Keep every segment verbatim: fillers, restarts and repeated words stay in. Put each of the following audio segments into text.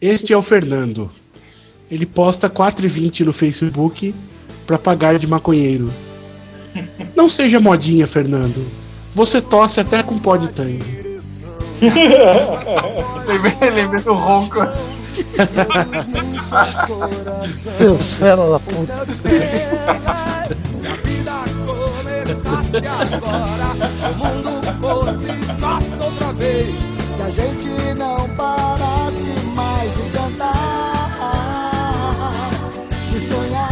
Este é o Fernando. Ele posta quatro e vinte no Facebook pra pagar de maconheiro. Não seja modinha, Fernando. Você tosse até com pó de tangue. lembrei, lembrei do ronco. Seus fela da puta. A vida começasse agora, o mundo fosse nossa outra vez, que a gente não parasse mais de cantar, de sonhar,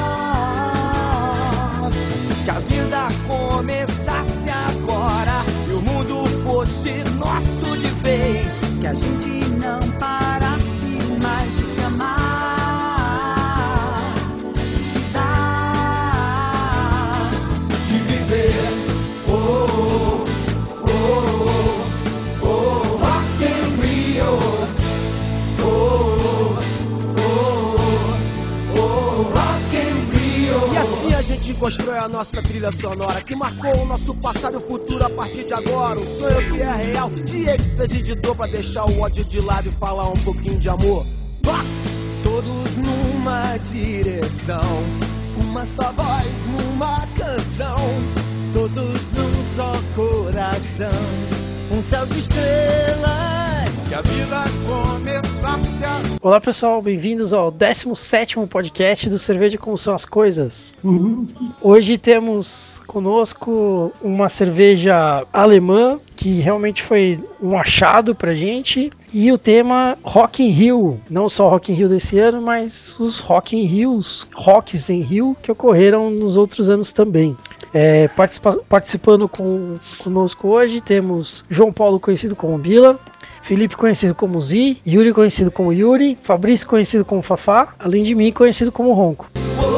que a vida começasse agora e o mundo fosse nosso de vez, que a gente não parasse mais de se amar. A gente constrói a nossa trilha sonora que marcou o nosso passado e o futuro a partir de agora. Um sonho que é real, dia que seja de dor pra deixar o ódio de lado e falar um pouquinho de amor. Todos numa direção, uma só voz numa canção, todos num só coração, um céu de estrelas. Que a vida começasse a... Olá pessoal, bem-vindos ao décimo sétimo podcast do Cerveja Como São as Coisas. Uhum. Hoje temos conosco uma cerveja alemã que realmente foi um achado pra gente, e o tema Rock in Rio, não só Rock in Rio desse ano, mas os Rock in Rios, Rocks em Rio que ocorreram nos outros anos também. É, participa- participando com, conosco hoje temos João Paulo, conhecido como Bila, Felipe, conhecido como Zi, Yuri, conhecido como Yuri, Fabrício, conhecido como Fafá, além de mim, conhecido como Ronco.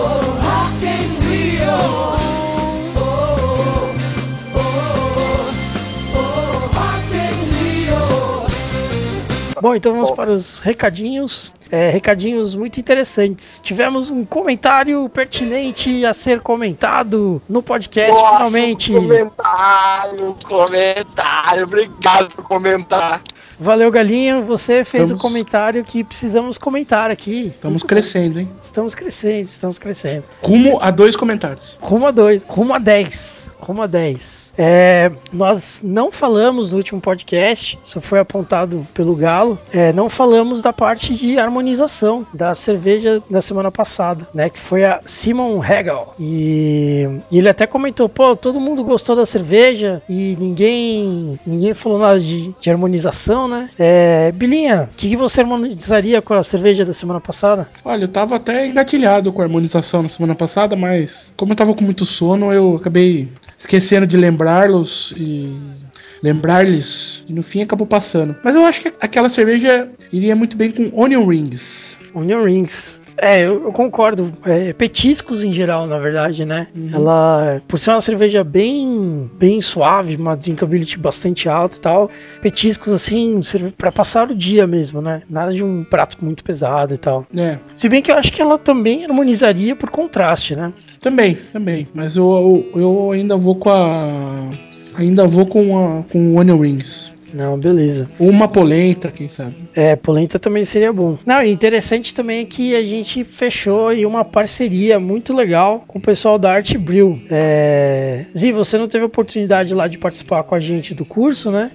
Bom, então vamos para os recadinhos, é, recadinhos muito interessantes. Tivemos um comentário pertinente a ser comentado no podcast. Nossa, finalmente. Comentário, comentário, obrigado por comentar. Valeu, Galinho, você fez Estamos... o comentário que precisamos comentar aqui. Estamos crescendo, hein? Estamos crescendo, estamos crescendo. Rumo a dois comentários. Rumo a dois, rumo a dez. Rumo a dez. É, nós não falamos no último podcast, isso foi apontado pelo Galo, é, não falamos da parte de harmonização da cerveja da semana passada, né? Que foi a Simon Hegel. E, e ele até comentou, pô, todo mundo gostou da cerveja e ninguém, ninguém falou nada de, de harmonização, né? É, Bilinha, o que, que você harmonizaria com a cerveja da semana passada? Olha, eu tava até engatilhado com a harmonização na semana passada, mas como eu tava com muito sono, eu acabei esquecendo de lembrá-los e lembrar-lhes, e no fim acabou passando. Mas eu acho que aquela cerveja iria muito bem com onion rings. Onion rings. É, eu, eu concordo. É, petiscos em geral, na verdade, né? Uhum. Ela, por ser uma cerveja bem, bem suave, uma drinkability bastante alta e tal, petiscos assim, serve pra passar o dia mesmo, né? Nada de um prato muito pesado e tal. É. Se bem que eu acho que ela também harmonizaria por contraste, né? Também, também. Mas eu, eu, eu ainda vou com a... Ainda vou com, a, com o onion rings. Não, beleza. Ou uma polenta, quem sabe. É, polenta também seria bom. Não, interessante também é que a gente fechou aí uma parceria muito legal com o pessoal da Art Brew. É... Zi, você não teve oportunidade lá de participar com a gente do curso, né?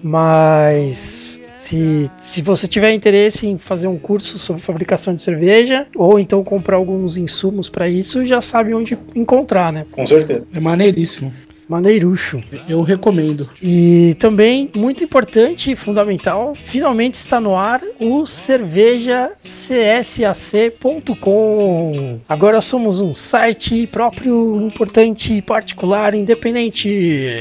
Mas se, se você tiver interesse em fazer um curso sobre fabricação de cerveja, ou então comprar alguns insumos para isso, já sabe onde encontrar, né? Com certeza. É maneiríssimo. Maneirucho. Eu recomendo. E também, muito importante e fundamental, finalmente está no ar o cerveja c s a c ponto com. Agora somos um site próprio, importante, particular, independente.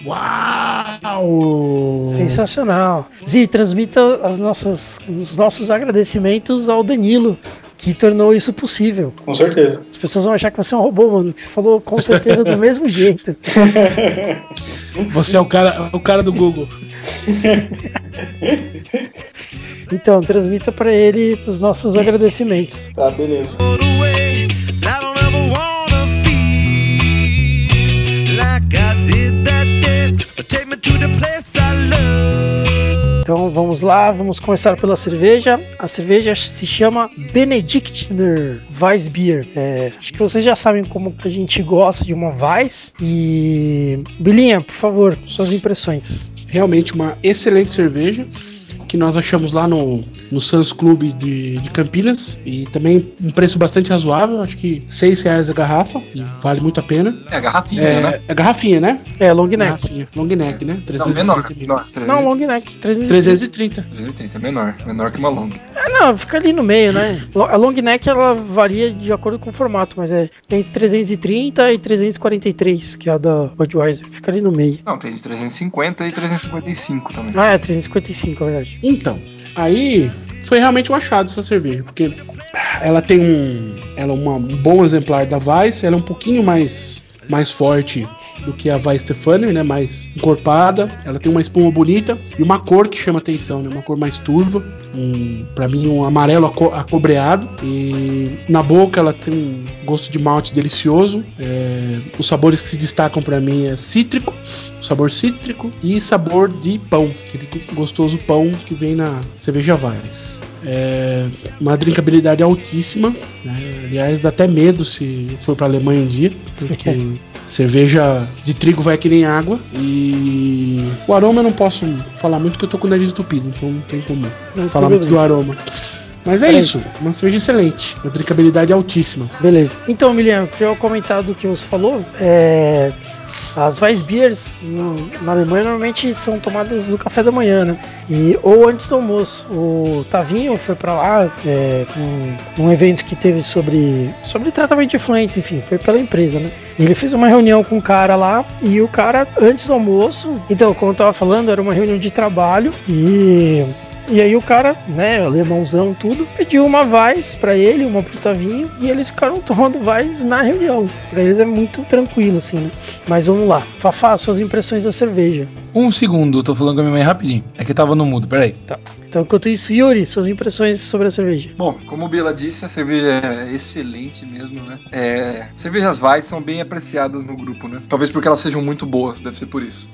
Uau! Sensacional. Zi, transmita as nossas, os nossos agradecimentos ao Danilo, que tornou isso possível. Com certeza. As pessoas vão achar que você é um robô, mano, que você falou com certeza do mesmo jeito. Você é o cara, o cara do Google. Então, transmita pra ele os nossos agradecimentos. Tá, beleza. Então vamos lá, vamos começar pela cerveja. A cerveja se chama Benedictiner Weissbier. É, acho que vocês já sabem como a gente gosta de uma Weiss. E Bilinha, por favor, suas impressões. Realmente uma excelente cerveja que nós achamos lá no, no Suns Club de, de Campinas, e também um preço bastante razoável, acho que seis reais a garrafa, e vale muito a pena. É, garrafinha, é, né? É garrafinha, né? É, long neck. Garrafinha, long neck, né? Não, menor. menor Não, long neck, trezentos e trinta. trezentos e trinta. trezentos e trinta, é menor. Menor que uma long. É, não, fica ali no meio, né? A long neck, ela varia de acordo com o formato, mas é entre trezentos e trinta e trezentos e quarenta e três, que é a da Budweiser. Fica ali no meio. Não, tem de trezentos e cinquenta e trezentos e cinquenta e cinco também. Ah, é trezentos e cinquenta e cinco, é verdade. Então, aí foi realmente um achado essa cerveja, porque ela tem um, ela é uma, um bom exemplar da Weiss, ela é um pouquinho mais, mais forte do que a Weiss Stefania, né, mais encorpada, ela tem uma espuma bonita e uma cor que chama atenção, né, uma cor mais turva, um, pra mim um amarelo aco- acobreado, e na boca ela tem um gosto de malte delicioso, é, os sabores que se destacam pra mim é cítrico, sabor cítrico e sabor de pão, aquele gostoso pão que vem na cerveja Weiss. É uma drinkabilidade altíssima, né? Aliás, dá até medo se for pra Alemanha um dia, porque cerveja de trigo vai que nem água, e o aroma eu não posso falar muito porque eu tô com o nariz entupido, então não tem como Não, falar muito do aroma. Mas é Peraí. isso, uma cerveja excelente, uma drinkabilidade altíssima. Beleza. Então, Miliano, que eu comentar do que você falou, é... as Weissbiers no, na Alemanha normalmente são tomadas no café da manhã, né? E, ou antes do almoço. O Tavinho foi pra lá é, num, num evento que teve sobre, sobre tratamento de efluentes, enfim, foi pela empresa, né? E ele fez uma reunião com o cara lá, e o cara, antes do almoço, então, como eu tava falando, era uma reunião de trabalho, e... E aí o cara, né, alemãozão, tudo, pediu uma Weiss pra ele, uma pro Tavinho, e eles ficaram tomando Weiss na reunião. Pra eles é muito tranquilo, assim, né? Mas vamos lá. Fafá, suas impressões da cerveja. Um segundo, tô falando com a minha mãe rapidinho. É que tava no mudo, peraí. Tá. Então, enquanto isso, Yuri, suas impressões sobre a cerveja. Bom, como o Bila disse, a cerveja é excelente mesmo, né? É, cervejas Weiss são bem apreciadas no grupo, né? Talvez porque elas sejam muito boas, deve ser por isso.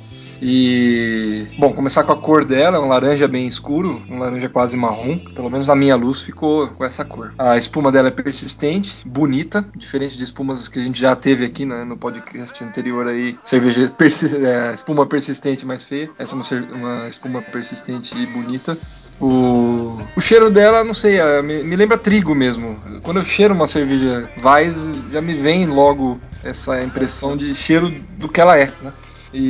E, bom, começar com a cor dela, um laranja bem escuro, um laranja quase marrom, pelo menos na minha luz ficou com essa cor. A espuma dela é persistente, bonita, diferente de espumas que a gente já teve aqui, né, no podcast anterior aí, cerveja persi- é, espuma persistente mais feia, essa é uma, cer- uma espuma persistente e bonita. O, o cheiro dela, não sei, é, me, me lembra trigo mesmo. Quando eu cheiro uma cerveja Weiss, já me vem logo essa impressão de cheiro do que ela é, né?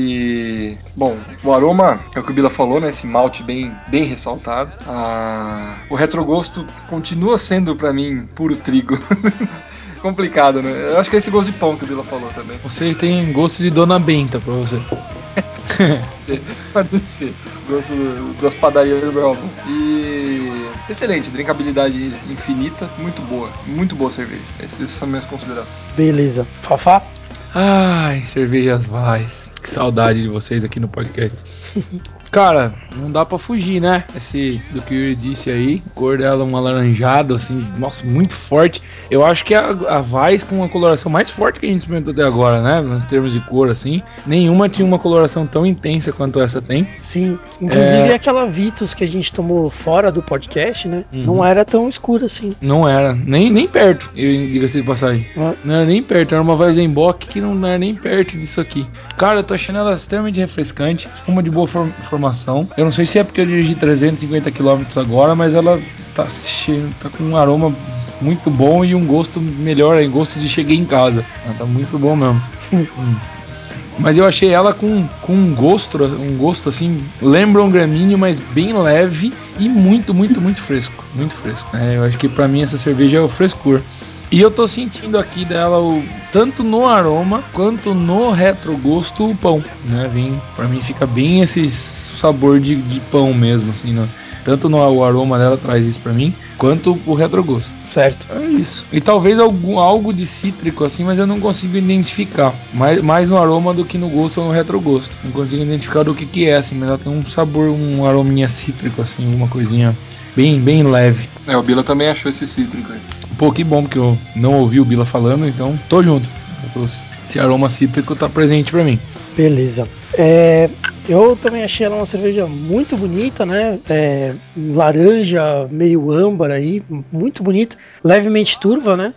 E, bom, o aroma é o que o Bila falou, né? Esse malte bem, bem ressaltado. Ah, o retrogosto continua sendo pra mim puro trigo. Complicado, né? Eu acho que é esse gosto de pão que o Bila falou também. Você tem gosto de Dona Benta pra você. Pode ser, pode ser. Gosto do, das padarias do Belmont. E excelente, drinkabilidade infinita, muito boa, muito boa cerveja. Essas são minhas considerações. Beleza. Fafá? Ai, cervejas Weiss. Que saudade de vocês aqui no podcast. Cara, não dá pra fugir, né? Esse do que o Yuri disse aí. A cor dela é um alaranjado, assim, nossa, muito forte. Eu acho que a, a Weiss com uma coloração mais forte que a gente experimentou até agora, né? Em termos de cor, assim. Nenhuma tinha uma coloração tão intensa quanto essa tem. Sim. Inclusive É... aquela Vitus que a gente tomou fora do podcast, né? Uhum. Não era tão escura assim. Não era, nem, nem perto, eu diga-se de passagem. Ah. Não era nem perto, era uma Weizenbock que não era nem perto disso aqui. Cara, eu tô achando ela extremamente refrescante, espuma de boa form- formação. Eu não sei se é porque eu dirigi trezentos e cinquenta quilômetros agora, mas ela tá, cheio, tá com um aroma muito bom e um gosto melhor, aí, gosto de cheguei em casa. Ela tá muito bom mesmo. hum. Mas eu achei ela com, com um gosto, um gosto assim, lembra um gramíneo, mas bem leve e muito, muito, muito fresco. Muito fresco. É, eu acho que pra mim essa cerveja é o frescor. E eu tô sentindo aqui dela, o, tanto no aroma quanto no retrogosto, o pão, né? Vem, pra mim fica bem esse sabor de, de pão mesmo, assim, né? Tanto no o aroma dela traz isso pra mim, quanto o retrogosto. Certo. É isso. E talvez algum, algo de cítrico assim, mas eu não consigo identificar. Mais, mais no aroma do que no gosto ou no retrogosto. Não consigo identificar do que que é, assim, mas ela tem um sabor, um arominha cítrico, assim, uma coisinha bem, bem leve. É, o Bila também achou esse cítrico aí. Pô, que bom, porque eu não ouvi o Bila falando, então tô junto. Eu tô, esse aroma cítrico tá presente pra mim. Beleza. É, Eu também achei ela uma cerveja muito bonita, né? É, laranja, meio âmbar aí, muito bonita, levemente turva, né?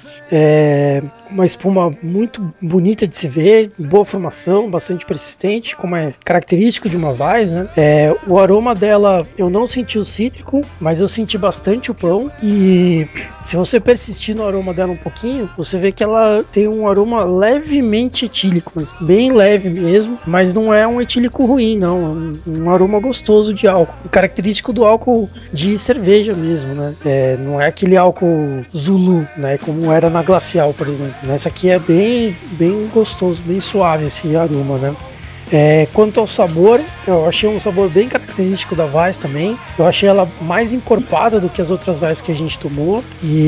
É, uma espuma muito bonita de se ver, boa formação, bastante persistente, como é característico de uma Weiss, né? É, o aroma dela, eu não senti o cítrico, mas eu senti bastante o pão, e se você persistir no aroma dela um pouquinho, você vê que ela tem um aroma levemente etílico, mas bem leve mesmo, mas não é um etílico ruim, não, é um, um aroma gostoso de álcool, característico do álcool de cerveja mesmo, né? É, não é aquele álcool Zulu, né? Como era na Glacial, por exemplo. Essa aqui é bem, bem gostoso, bem suave esse aroma, né? É, quanto ao sabor, eu achei um sabor bem característico da Weiss também. Eu achei ela mais encorpada do que as outras Weiss que a gente tomou.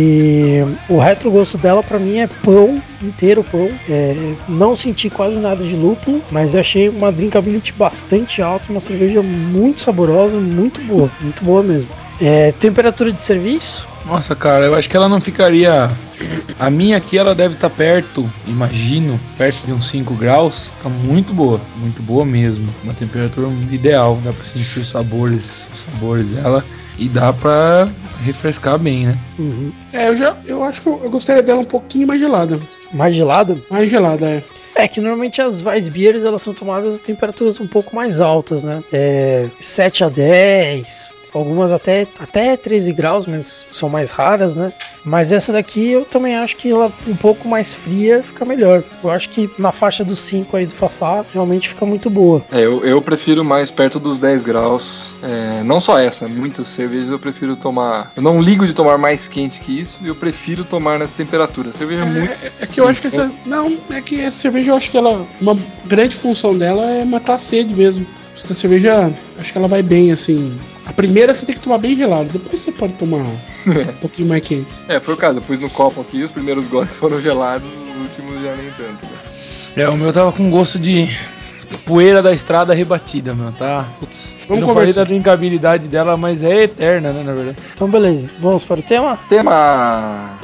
E o retrogosto dela pra mim é pão, inteiro pão. É, não senti quase nada de lúpulo, mas achei uma drinkability bastante alta, uma cerveja muito saborosa, muito boa, muito boa mesmo. É, temperatura de serviço? Nossa, cara, eu acho que ela não ficaria... A minha aqui, ela deve estar perto, imagino, perto de uns cinco graus. Fica muito boa, muito boa mesmo. Uma temperatura ideal, dá pra sentir os sabores, os sabores dela. E dá pra refrescar bem, né? Uhum. É, eu, já, eu acho que eu, eu gostaria dela um pouquinho mais gelada. Mais gelada? Mais gelada, é. É que normalmente as Weissbiers, elas são tomadas a temperaturas um pouco mais altas, né? É, sete a dez, algumas até, até treze graus, mas são mais raras, né? Mas essa daqui eu também acho que ela um pouco mais fria fica melhor. Eu acho que na faixa dos cinco aí do Fafá realmente fica muito boa. É, eu, eu prefiro mais perto dos dez graus. É, não só essa, muitas cervejas eu prefiro tomar. Eu não ligo de tomar mais quente que isso, e eu prefiro tomar nessa temperatura. A cerveja é muito. É, é que eu acho que essa. Não, é que essa cerveja eu acho que ela. Uma grande função dela é matar a sede mesmo. Essa cerveja, acho que ela vai bem, assim. A primeira você tem que tomar bem gelado, depois você pode tomar um pouquinho mais quente. É, foi o caso. Eu pus no copo aqui, os primeiros goles foram gelados, os últimos já nem tanto. Né? É, o meu tava com gosto de poeira da estrada rebatida, meu, tá? Putz, Vamos eu não falei conversar. da drinkabilidade dela, mas é eterna, né, na verdade. Então beleza, vamos para o tema? Tema!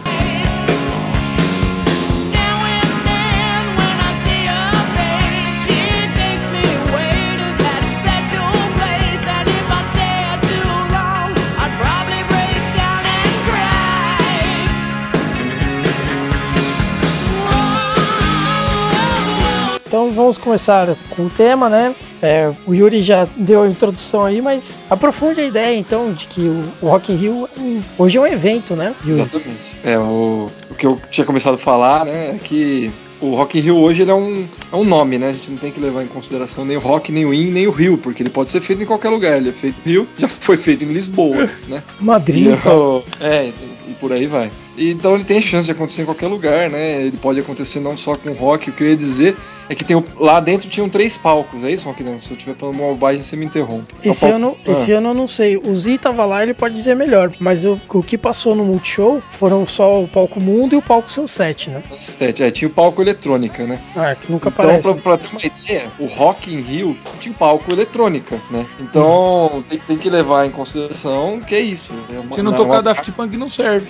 Então vamos começar com o tema, né? É, o Yuri já deu a introdução aí, mas aprofunde a ideia então de que o, o Rock in Rio é um, hoje é um evento, né, Yuri? Exatamente. É, o, o que eu tinha começado a falar, né, é que o Rock in Rio hoje ele é um, é um nome, né? A gente não tem que levar em consideração nem o Rock, nem o In, nem o Rio, porque ele pode ser feito em qualquer lugar. Ele é feito no Rio, já foi feito em Lisboa, né? Madrid, E eu, é, e por aí vai. E, então ele tem chance de acontecer em qualquer lugar, né? Ele pode acontecer não só com rock. O que eu ia dizer é que tem o, lá dentro tinham três palcos, é isso, Rock? Não, se eu estiver falando uma bobagem, você me interrompe. Esse, é palco... ano, ah. esse ano eu não sei. O Zi tava lá, ele pode dizer melhor. Mas eu, o que passou no Multishow foram só o palco Mundo e o palco Sunset, né? Sunset, é, tinha o palco eletrônica, né? Ah, que nunca então, aparece. Então, pra, pra ter uma ideia, o Rock in Rio tinha o palco eletrônica, né? Então, hum. tem, tem que levar em consideração que é isso. É uma, Se não tocar uma... Daft Punk não serve.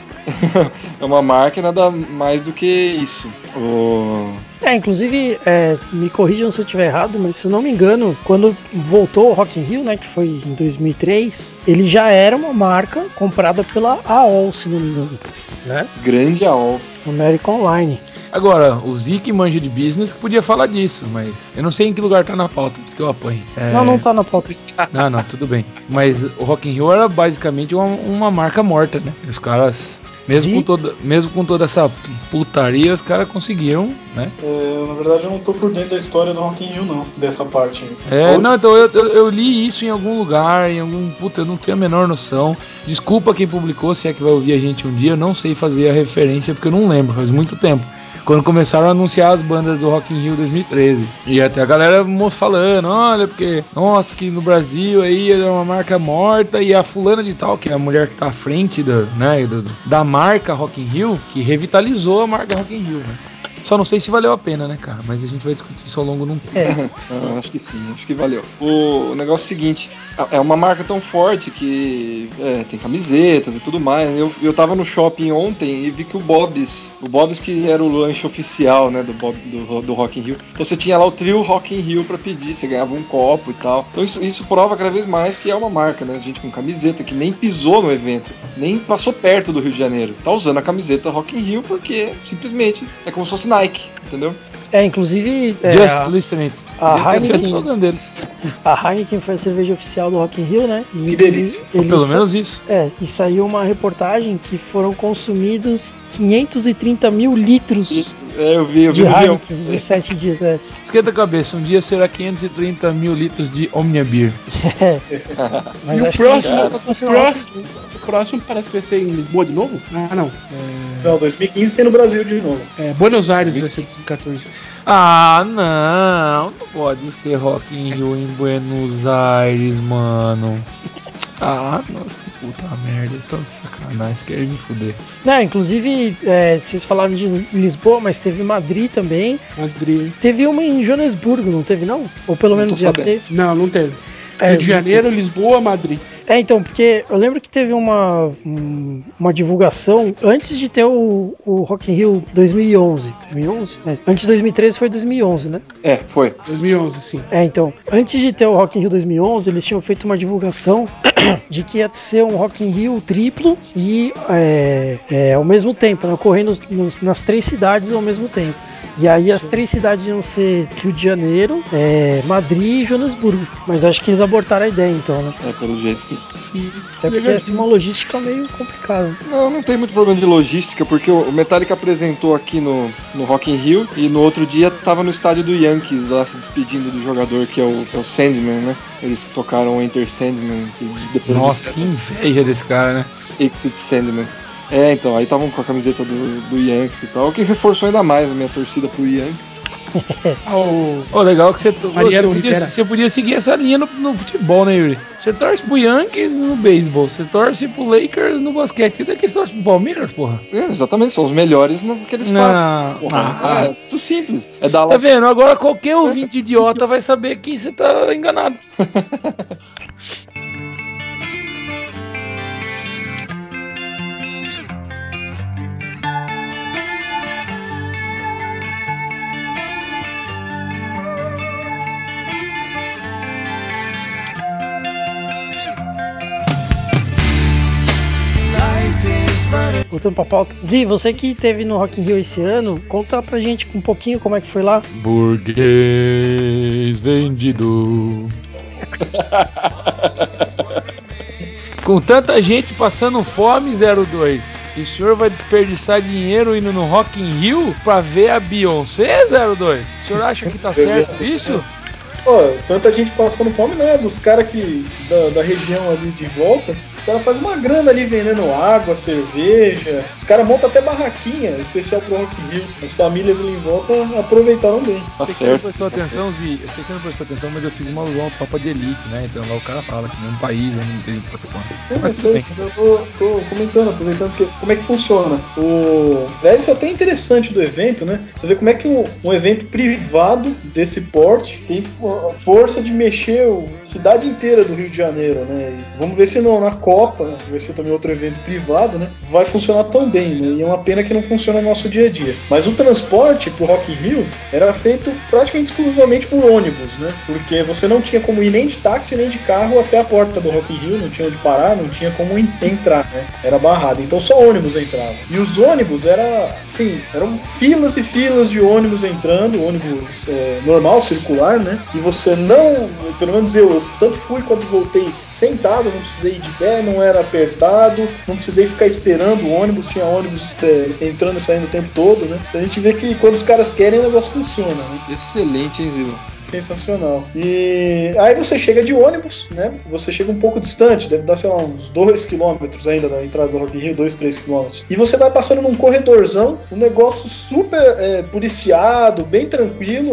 É uma marca nada mais do que isso. O... É, inclusive, é, me corrijam se eu estiver errado, mas se eu não me engano, quando voltou o Rock in Rio, né, que foi em dois mil e três, ele já era uma marca comprada pela A O L, se não me engano, né? Grande A O L. American Online. Agora, o Zik manja de business que podia falar disso, mas eu não sei em que lugar tá na pauta, por isso que eu apanho. É... Não, não tá na pauta. Não, não, tudo bem. Mas o Rock in Rio era basicamente uma, uma marca morta, né? E os caras... Mesmo com, toda, mesmo com toda essa putaria, os caras conseguiram, né? É, na verdade, eu não tô por dentro da história do Rock in Rio, não, dessa parte. É, não, então eu, eu, eu li isso em algum lugar, em algum... Puta, eu não tenho a menor noção. Desculpa quem publicou, se é que vai ouvir a gente um dia, eu não sei fazer a referência, porque eu não lembro, faz muito tempo. Quando começaram a anunciar as bandas do Rock in Rio dois mil e treze. E até a galera falando, olha, porque, nossa, que no Brasil aí é uma marca morta, e a fulana de tal, que é a mulher que tá à frente da, né, da, da marca Rock in Rio, que revitalizou a marca Rock in Rio, né? Só não sei se valeu a pena, né, cara? Mas a gente vai discutir isso ao longo de um tempo. É. Ah, acho que sim, acho que valeu. O negócio é o seguinte, é uma marca tão forte que é, tem camisetas e tudo mais. Eu, eu tava no shopping ontem e vi que o Bob's, o Bob's que era o lanche oficial, né, do, Bob, do, do Rock in Rio. Então você tinha lá o trio Rock in Rio pra pedir, você ganhava um copo e tal. Então isso, isso prova cada vez mais que é uma marca, né? Gente com camiseta que nem pisou no evento, nem passou perto do Rio de Janeiro. Tá usando a camiseta Rock in Rio porque simplesmente é como se fosse Nike, entendeu? É, inclusive, é, Just a, listen it. a Eu quero ser Heineken- slogan deles. a Heineken foi a cerveja oficial do Rock in Rio, né? E Que delícia. eles- Pelo menos isso. É, e saiu uma reportagem que foram consumidos quinhentos e trinta mil litros É, eu vi, eu de vi no G um. Heineken em sete dias. É. Esquenta a cabeça, um dia será quinhentos e trinta mil litros de Omnia Beer. Mas E o acho próximo, que a gente vai o, patrocinar o Rock in próximo, Rio. o próximo parece que vai ser em Lisboa de novo? Ah, não. Não, dois mil e quinze tem no Brasil de novo. É, é Buenos Aires vai ser dois mil e quatorze. Ah, não, não pode ser Rock in Rio em Buenos Aires, mano. Ah, nossa, puta merda, estão de sacanagem, querem me fuder. Não, inclusive, é, vocês falaram de Lisboa, mas teve Madrid também. Madrid. Teve uma em Joanesburgo, não teve não? Ou pelo Não menos tô ia sabendo. ter. Não, não teve. É, Rio de Janeiro, Lisboa, Madrid. É, então, porque eu lembro que teve uma, um- uma divulgação antes de ter o, o Rock in Rio dois mil e onze. dois mil e onze? É, antes de dois mil e treze foi dois mil e onze, né? É, foi. dois mil e onze, sim. É, então, antes de ter o Rock in Rio dois mil e onze, eles tinham feito uma divulgação de que ia ser um Rock in Rio triplo e é, é, ao mesmo tempo, né, ocorrendo nos- nas três cidades ao mesmo tempo. E aí as três cidades iam ser Rio de Janeiro, é, Madrid e Joanesburgo. Mas acho que eles abortaram a ideia então, né? É, pelo jeito sim. Até porque ia ser uma logística meio complicada. Não, não tem muito problema de logística, porque o Metallica apresentou aqui no, no Rock in Rio e no outro dia tava no estádio do Yankees lá se despedindo do jogador que é o, é o Sandman, né? Eles tocaram Enter Sandman e depois Nossa, que inveja desse cara, né? Exit Sandman. É, então, aí estavam com a camiseta do, do Yankees e tal, o que reforçou ainda mais a minha torcida pro Yankees. Ah, o... Ô, legal que você, Mariano você, podia, Rivera. você podia seguir essa linha no, no futebol, né, Yuri? Você torce pro Yankees no beisebol, você torce pro Lakers no basquete. E daqui você torce pro Palmeiras, porra? É, exatamente, são os melhores no que eles Não, fazem. Porra, ah. é muito simples. É dar Tá vendo? Agora qualquer ouvinte idiota vai saber que você tá enganado. Voltando pra pauta. Zi, você que teve no Rock in Rio esse ano, conta pra gente um pouquinho como é que foi lá. Burguês vendido. Com tanta gente passando fome, zero dois. O senhor vai desperdiçar dinheiro indo no Rock in Rio pra ver a Beyoncé, zero dois? O senhor acha que tá certo isso? Pô, tanta gente passando fome, né? Dos caras que da, da região ali de volta, os caras fazem uma grana ali vendendo água, cerveja. Os caras montam até barraquinha especial pro Rock in Rio. As famílias ali em volta aproveitaram bem. Tá Sei que você não certo. prestou tá atenção, Zi, eu sei que você não prestou atenção, mas eu fiz uma alusão ao Copa de Elite, né? Então lá o cara fala que nenhum país ainda não tem participante. Sim, eu Mas tudo sei, bem. mas eu tô, tô comentando, aproveitando porque, como é que funciona. O... Aliás, isso é até interessante do evento, né? Você vê como é que um, um evento privado desse porte tem a força de mexer a cidade inteira do Rio de Janeiro, né? E vamos ver se no, na Copa, né, que vai ser também outro evento privado, né? Vai funcionar tão bem, né? E é uma pena que não funciona no nosso dia a dia. Mas o transporte pro Rock in Rio era feito praticamente exclusivamente por ônibus, né? Porque você não tinha como ir nem de táxi nem de carro até a porta do Rock in Rio, não tinha onde parar, não tinha como entrar, né? Era barrado. Então só ônibus entravam. E os ônibus era, assim, eram filas e filas de ônibus entrando, ônibus é, normal, circular, né? E você não, pelo menos eu, eu tanto fui quanto voltei sentado, não precisei ir de pé, não era apertado, não precisei ficar esperando o ônibus, tinha ônibus é, entrando e saindo o tempo todo, né? Então a gente vê que quando os caras querem, o negócio funciona, né? Excelente, hein, Zilo? Sensacional. E aí você chega de ônibus, né? Você chega um pouco distante, deve dar, sei lá, uns dois quilômetros ainda da entrada do Rock in Rio, dois, três quilômetros. E você vai passando num corredorzão, um negócio super é, policiado, bem tranquilo, né?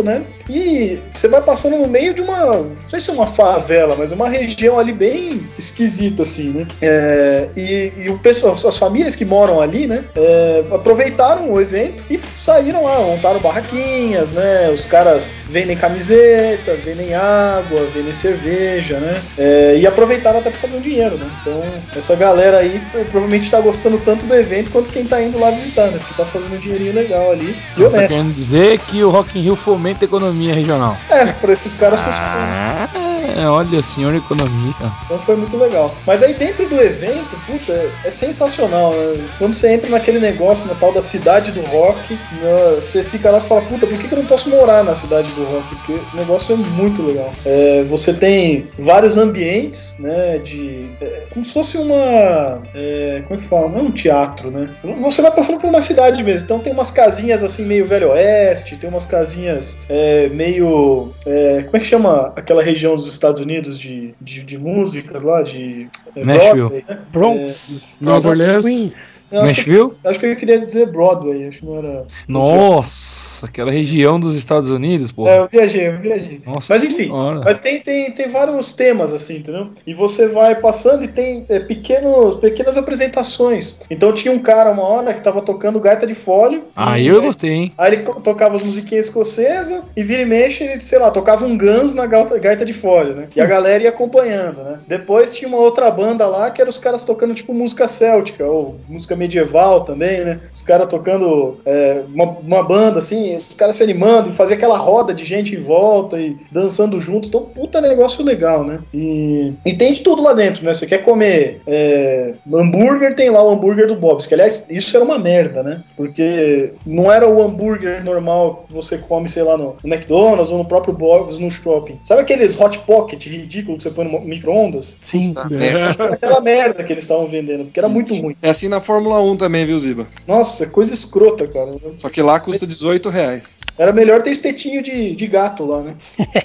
E você vai passando no meio de uma, não sei se é uma favela, mas é uma região ali bem esquisita, assim, né? É, e, e o pessoal, as famílias que moram ali, né, é, aproveitaram o evento e saíram lá, montaram barraquinhas, né? Os caras vendem camiseta, vendem água, vendem cerveja, né? É, e aproveitaram até para fazer um dinheiro, né? Então, essa galera aí provavelmente está gostando tanto do evento quanto quem tá indo lá visitar, né? Porque tá fazendo um dinheirinho legal ali. E Não, tá honesto. querendo dizer que o Rock in Rio fomenta a economia regional. É, pra esses caras funciona. Ah, olha, senhor economia. Então foi muito legal. Mas aí dentro do evento, puta, é, é sensacional, né? Quando você entra naquele negócio, na tal da cidade do rock, né, você fica lá e fala, puta, por que, que eu não posso morar na cidade do rock? Porque o negócio é muito legal. É, você tem vários ambientes, né, de... É, como se fosse uma... É, como é que fala? Não é um teatro, né? Você vai passando por uma cidade mesmo. Então tem umas casinhas assim meio Velho Oeste, tem umas casinhas é, meio... É, como é que chama aquela região dos Estados Unidos de, de, de músicas lá, de é, Nashville. Broadway, né? Bronx, É, Nova Orleans. Queens. eu acho, que, Nashville? acho que eu queria dizer Broadway, acho que não era... Nossa, aquela região dos Estados Unidos, É, porra. eu viajei, eu viajei. Nossa Mas enfim, senhora. mas tem, tem, tem vários temas, assim, entendeu? E você vai passando e tem é, pequenos, pequenas apresentações. Então tinha um cara uma hora que tava tocando gaita de fole. Aí e, eu é, gostei, hein? Aí ele co- tocava as musiquinhas escocesas e vira e mexe, ele, sei lá, tocava um Guns na gaita, gaita de fole, né? E a galera ia acompanhando, né? Depois tinha uma outra banda lá que era os caras tocando tipo música céltica ou música medieval também, né? Os caras tocando é, uma, uma banda assim, os caras se animando e fazia aquela roda de gente em volta e dançando junto. Então, puta negócio legal, né? E, e tem de tudo lá dentro, né? Você quer comer é, hambúrguer, tem lá o hambúrguer do Bob's, que aliás, isso era uma merda, né? Porque não era o hambúrguer normal que você come, sei lá, no, no McDonald's ou no próprio Bob's no shopping. Sabe aqueles hot pocket ridículo que você põe no micro-ondas? Sim. Tá, merda. Era aquela merda que eles estavam vendendo, porque era muito ruim. É assim na Fórmula um também, viu, Ziba? Nossa, coisa escrota, cara. Só que lá custa dezoito reais. Era melhor ter espetinho de, de gato lá, né?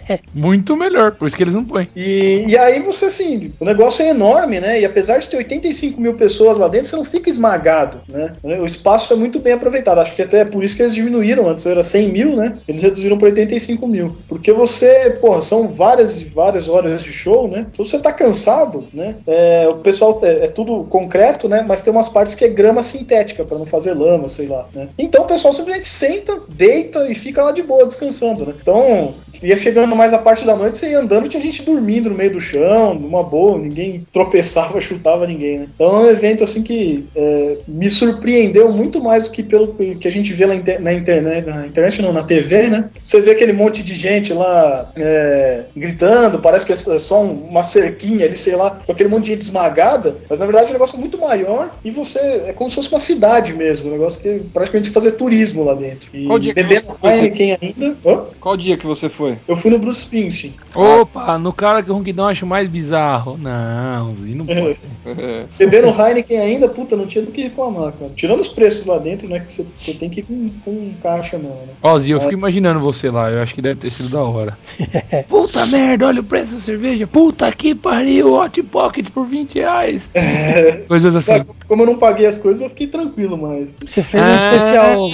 Muito melhor, por isso que eles não põem. E, e aí você, assim, o negócio é enorme, né? E apesar de ter oitenta e cinco mil pessoas lá dentro, você não fica esmagado, né? O espaço é muito bem aproveitado. Acho que até é por isso que eles diminuíram. Antes era cem mil, né? Eles reduziram para oitenta e cinco mil. Porque você, porra, são várias e várias horas de show, né? Então você tá cansado, né? É, o pessoal é, é tudo concreto, né? Mas tem umas partes que é grama sintética, para não fazer lama, sei lá, né? Então o pessoal simplesmente senta, deita e fica lá de boa, descansando, né? Então, ia chegando mais a parte da noite, você ia andando, tinha gente dormindo no meio do chão, numa boa, ninguém tropeçava, chutava ninguém, né? Então é um evento, assim, que é, me surpreendeu muito mais do que pelo que a gente vê na, inter- na internet, na internet não, na T V, né? Você vê aquele monte de gente lá é, gritando, parece que é só um- uma cerquinha ali, sei lá, com aquele monte de gente esmagada, mas na verdade é um negócio muito maior e você, é como se fosse uma cidade mesmo, um negócio que praticamente fazer turismo lá dentro. E Qual dia que bebendo você foi? Heineken ainda. Hã? Qual dia que você foi? Eu fui no Bruce Springsteen. Opa, no cara que o Ronquidão acho mais bizarro. Não, Zi, não pode ser. Bebendo Heineken ainda, puta, não tinha do que reclamar, cara. Tirando os preços lá dentro, né? Que você, você tem que ir com, com caixa não, né? Ó, Zi, eu Mas- fico imaginando você lá, eu acho que deve ter sido da hora. Puta merda, olha o preço da cerveja. Puta que pariu, Hot Pocket por vinte reais. Coisas assim. Sabe, como eu não paguei as coisas, eu fiquei tranquilo, mas. Você fez um especial.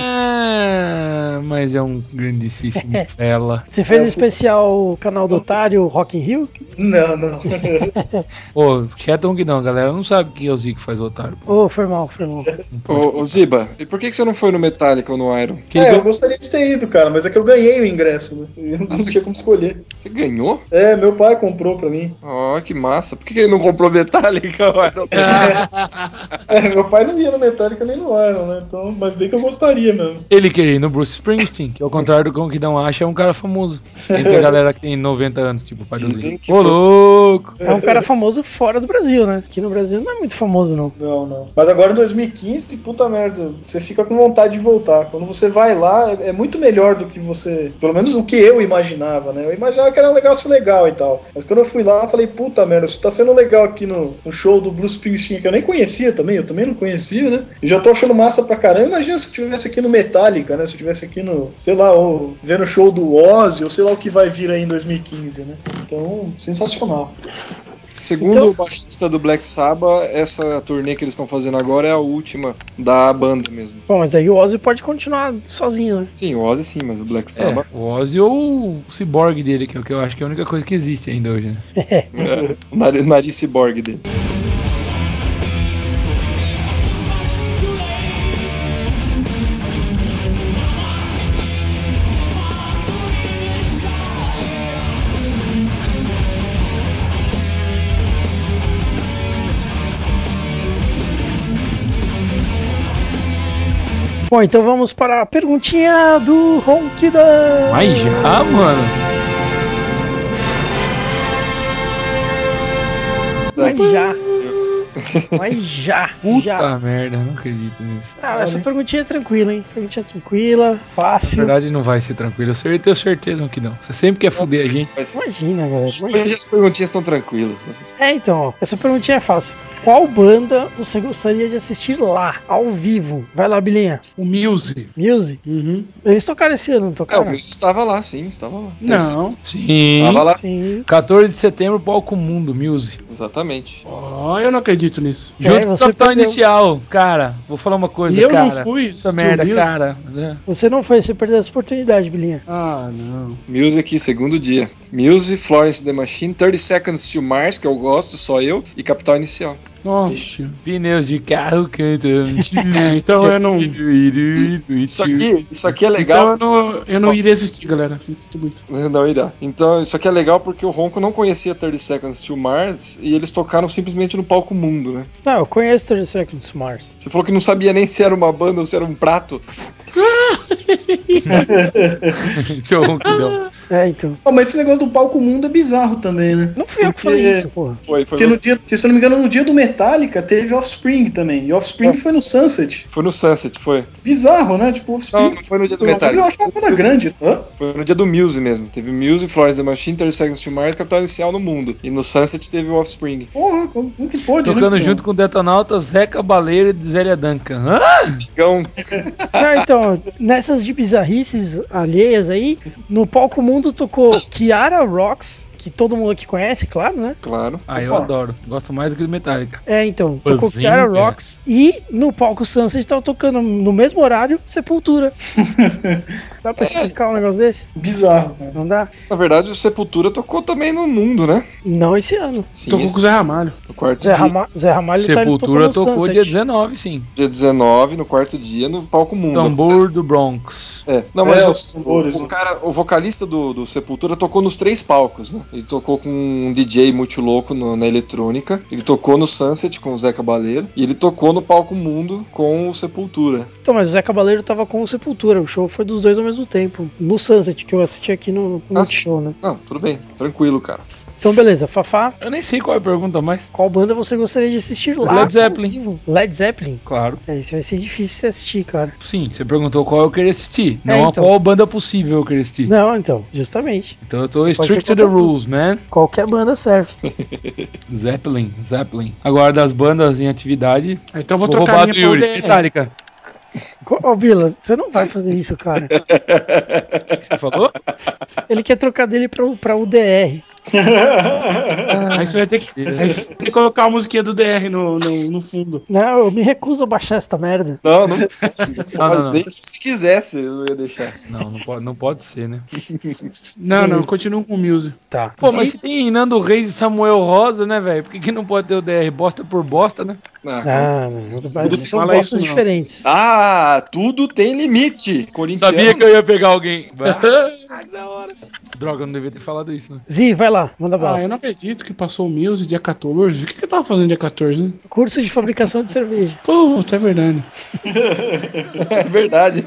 Ah, mas é um grandíssimo fela. Você fez É, um especial canal do Otário Rock in Rio? Não, não. Ô, quieto Ronquidão, a galera não sabe quem é o Zi que faz o otário. Pô. Ô, foi mal, foi mal. Não pode. Ô, ô, Ziba, e por que que você não foi no Metallica ou no Iron? Que É, ele eu gostaria de ter ido, cara, mas é que eu ganhei o ingresso, né? Eu não Nossa. tinha como escolher. Você ganhou? É, meu pai comprou pra mim. Ó, que massa. Por que que ele não comprou Metallica ou Iron? É, meu pai não ia no Metallica nem no Iron, né? Então, mas bem que eu gostaria mesmo. Ele queria ir no Bruce Springsteen, que ao contrário do que o Ronquidão acha, é um cara famoso. Entre a galera que tem noventa anos, tipo o pai do Dizem Zi. que Ô, foi- louco! É um cara famoso fora do Brasil, né? Aqui no Brasil não é muito famoso, não. Não, não. Mas agora em dois mil e quinze, puta merda, você fica com vontade de voltar. Quando você vai lá, é é muito melhor do que você. Pelo menos o que eu imaginava, né? Eu imaginava que era um negócio legal e tal. Mas quando eu fui lá, eu falei, puta merda, isso tá sendo legal aqui no, no show do Bruce Springsteen, que eu nem conhecia também, eu também não conhecia, né? E já tô achando massa pra caramba. Imagina se eu tivesse aqui no Metallica, né? Se eu tivesse aqui no, sei lá, ou vendo o show do Ozzy, ou sei lá o que vai vir aí em dois mil e quinze, né? Então, sensacional. Segundo Então- o baixista do Black Sabbath, essa turnê que eles estão fazendo agora é a última da banda mesmo. Bom, mas aí o Ozzy pode continuar sozinho, né? Sim, o Ozzy sim, mas o Black É, Sabbath... o Ozzy ou o Cyborg dele, que é o que eu acho que é a única coisa que existe ainda hoje, né? É, o nariz, nariz ciborgue dele. Bom, então vamos para a perguntinha do Ronquidão. Mas já, mano? Mas já. Mas já. Puta já. merda, não acredito nisso. Ah, essa perguntinha é tranquila, hein? Perguntinha tranquila, Na fácil. verdade não vai ser tranquilo, eu tenho certeza que não. Você sempre quer fuder a gente. Mas, Imagina, galera. Imagina. hoje as perguntinhas estão tranquilas. É, então, ó, essa perguntinha é fácil. Qual banda você gostaria de assistir lá, ao vivo? Vai lá, Bilinha. O Muse. Muse? Uhum. Eles tocaram esse ano, não É, o tocaram? Mills estava lá, sim, estava lá. Não. Sim. Estava lá, Sim. quatorze de setembro, palco Mundo, Muse. Exatamente. Ó, eu não acredito nisso. É, Junto com o você Capitão perdeu. Inicial. Cara, vou falar uma coisa, E eu cara. não fui Essa assistir merda, o Muse. cara. né? Você não foi, você perdeu essa oportunidade, Bilinha. Ah, não. Muse aqui, segundo dia. Muse, Florence and the Machine, thirty Seconds to Mars, que eu gosto, só eu, e Capital Inicial. Nossa senhora. Pneus de carro cantam. É, então eu não. Isso aqui, isso aqui é Então legal. eu não, eu não iria assistir, galera. Sinto muito. Não irá. Então, isso aqui é legal porque o Ronco não conhecia thirty Seconds to Mars e eles tocaram simplesmente no palco Mundo, né? Não, eu conheço thirty Seconds to Mars. Você falou que não sabia nem se era uma banda ou se era um prato. Seu ronquidão. É, então. Oh, mas esse negócio do palco mundo é bizarro também, né? Não fui eu que Porque- falei isso, porra. Foi, foi Porque no você. dia, porque, se eu não me engano, no dia do Metallica teve Offspring também. E Offspring foi no Sunset. Foi no Sunset, foi. Bizarro, né? Tipo, Offspring. Não, não foi no dia do eu Metallica. Eu achava que era grande. Hã? Foi no dia do Muse mesmo. Teve Muse, Florence and the Machine, thirty Seconds to Mars, Capital Inicial no Mundo. E no Sunset teve o Offspring. Porra, como, como que pode, Tocando né? junto com Detonautas, Zé Cabaleiro e Zélia Duncan. Hã? Então, Não, então, nessas de bizarrices alheias aí, no palco mundo tocou Kiara Rocks, que todo mundo aqui conhece, claro, né? claro. Ah, eu Opa. adoro. Gosto mais do que do Metallica. É, então, tocou Bazinga. Kiara Rocks e no palco Sunset tava tocando no mesmo horário Sepultura. Dá pra explicar um negócio desse? Bizarro, cara. Não dá? Na verdade, o Sepultura tocou também no Mundo, né? Não esse ano. Sim, Tocou esse- com o Zé Ramalho. no quarto Zé, dia. Rama, Zé Ramalho tá, ele tocou Sepultura no tocou Sunset. dia dezenove, sim. Dia dezenove, no quarto dia, no palco Mundo. Tambor Acontece- do Bronx. É, não, mas É, o, os tambores, o né? cara, o vocalista do, do Sepultura tocou nos três palcos, né? Ele tocou com um D J muito louco no- na eletrônica, ele tocou no Sunset com o Zé Cabaleiro, e ele tocou no palco Mundo com o Sepultura. Então, mas o Zé Cabaleiro tava com o Sepultura. O show foi dos dois ao mesmo tempo. No Sunset, que eu assisti aqui no, no Ah, show, né? Não, tudo bem, tranquilo, cara. Então, beleza. Fafá, Eu nem sei qual é a pergunta mais. qual banda você gostaria de assistir lá? Led Zeppelin. ao vivo? Led Zeppelin? Claro. É, isso vai ser difícil de assistir, cara. Sim, você perguntou qual eu queria assistir. Não É, a então. qual banda possível eu queria assistir. Não, então, justamente. Então eu tô Pode strict ser to the qualquer um. rules, man. Qualquer banda serve. Zeppelin, Zeppelin. Agora das bandas em atividade, Ah, então eu vou, vou trocar roubar a minha do pra Yuri. U D R. Metallica. Co- Ô, Vila, você não vai fazer isso, cara. O que você falou? Ele quer trocar dele pra, pra U D R. Aí você vai ter que, aí você vai ter que colocar a musiquinha do D R no, no, no fundo. Não, eu me recuso a baixar essa merda. Não, não. Não, não, não. Nem se você quisesse, eu ia deixar. Não, não pode, não pode ser, né? Não, não, Beleza. continua com o Muse. Tá. Pô, mas se tem Nando Reis e Samuel Rosa, né, velho? Por que, que não pode ter o D R bosta por bosta, né? Ah, Ah, não, mas Não são fala bostas isso, não. diferentes. Ah, tudo tem limite. Corintiano. Sabia que eu ia pegar alguém. Ah, que da hora. Droga, eu não devia ter falado isso, né? Zi, vai lá, manda Ah, bala. eu não acredito que passou o Muse dia quatorze. O que, que eu tava fazendo dia quatorze, né? Curso de fabricação de cerveja. Puta, é verdade. É verdade.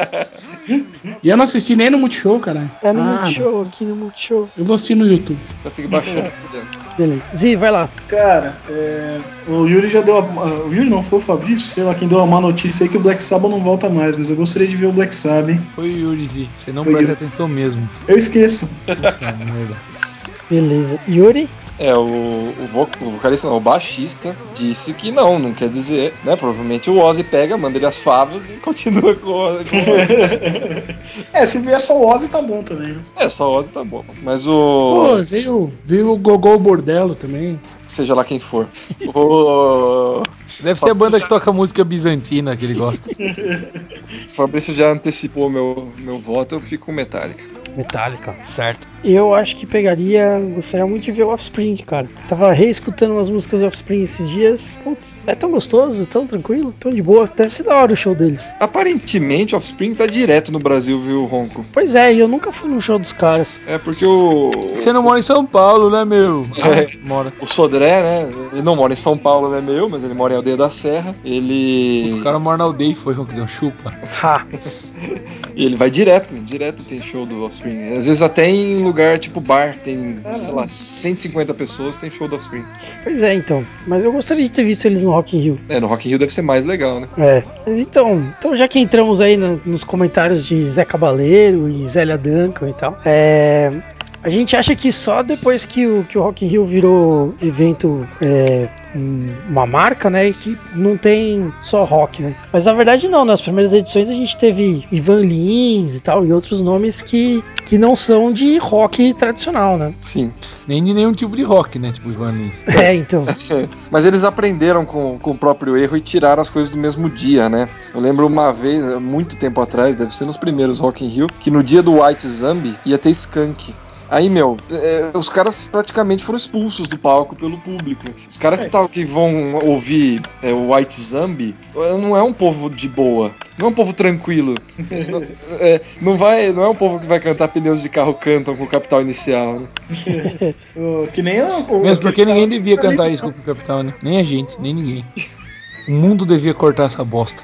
E eu não assisti nem no Multishow, caralho. É no Ah, Multishow, aqui no Multishow. Eu vou assistir no YouTube. Você vai ter que baixar. Beleza. Zi, vai lá. Cara, é, o Yuri já deu. A, a- o Yuri não foi o Fabrício, sei lá quem deu uma má notícia aí que o Black Sabbath não volta mais, mas eu gostaria de ver o Black Sabbath, hein? Foi o Yurizi. Você não Foi presta Yuri. atenção mesmo. Eu esqueço. Puta merda. Beleza. Yuri? É, o, o, vo- o vocalista, não, o baixista, disse que não, não quer dizer, né? Provavelmente o Ozzy pega, manda ele as favas e continua com o Ozzy. com o Ozzy. É, se vier só o Ozzy tá bom também, né? É, só o Ozzy tá bom. Mas Pô, o. veio, veio o Gogol Bordello também. seja lá quem for. O... Deve ser a banda que toca música bizantina que ele gosta. O Fabrício já antecipou meu, meu voto, eu fico com Metallica. Metallica, certo. Eu acho que pegaria, gostaria muito de ver o Offspring, cara. Tava reescutando umas músicas do Offspring esses dias. Putz, é tão gostoso, tão tranquilo, tão de boa. Deve ser da hora o show deles. Aparentemente, Offspring tá direto no Brasil, viu, Ronco? Pois é, e eu nunca fui no show dos caras. É porque o... Você não mora em São Paulo, né, meu? É, Ah, mora. o Sodré, né? Ele não mora em São Paulo, né, meu? Mas ele mora em Aldeia da Serra. Ele... Os caras moram na aldeia e foi que deu chupa. Ha! E ele vai direto, direto tem show do Offspring. Às vezes até em lugar tipo bar, tem, sei lá, cento e cinquenta pessoas, tem show do Offspring. Pois é, então. Mas eu gostaria de ter visto eles no Rock in Rio. É, no Rock in Rio deve ser mais legal, né? É. Mas então, então já que entramos aí no, nos comentários de Zé Cabaleiro e Zélia Duncan e tal, é... a gente acha que só depois que o, que o Rock in Rio virou evento, é, uma marca, né, e que não tem só rock, né? Mas na verdade não, nas primeiras edições a gente teve Ivan Lins e tal, e outros nomes que, que não são de rock tradicional, né? Sim. Nem de nenhum tipo de rock, né, tipo Ivan Lins. É, então. Mas eles aprenderam com, com o próprio erro e tiraram as coisas do mesmo dia, né? Eu lembro uma vez, muito tempo atrás, deve ser nos primeiros Rock in Rio, que no dia do White Zombie ia ter Skunk. Aí, meu, é, os caras praticamente foram expulsos do palco pelo público. Os caras que, tá, que vão ouvir é, o White Zombie não é um povo de boa, não é um povo tranquilo. não, é, não, vai, não é um povo que vai cantar Pneus de Carro Cantam com o Capital Inicial, né? Que nem o, o, Mesmo porque ninguém caso- devia cantar isso com o Capital, né? Nem a gente, nem ninguém. O mundo devia cortar essa bosta.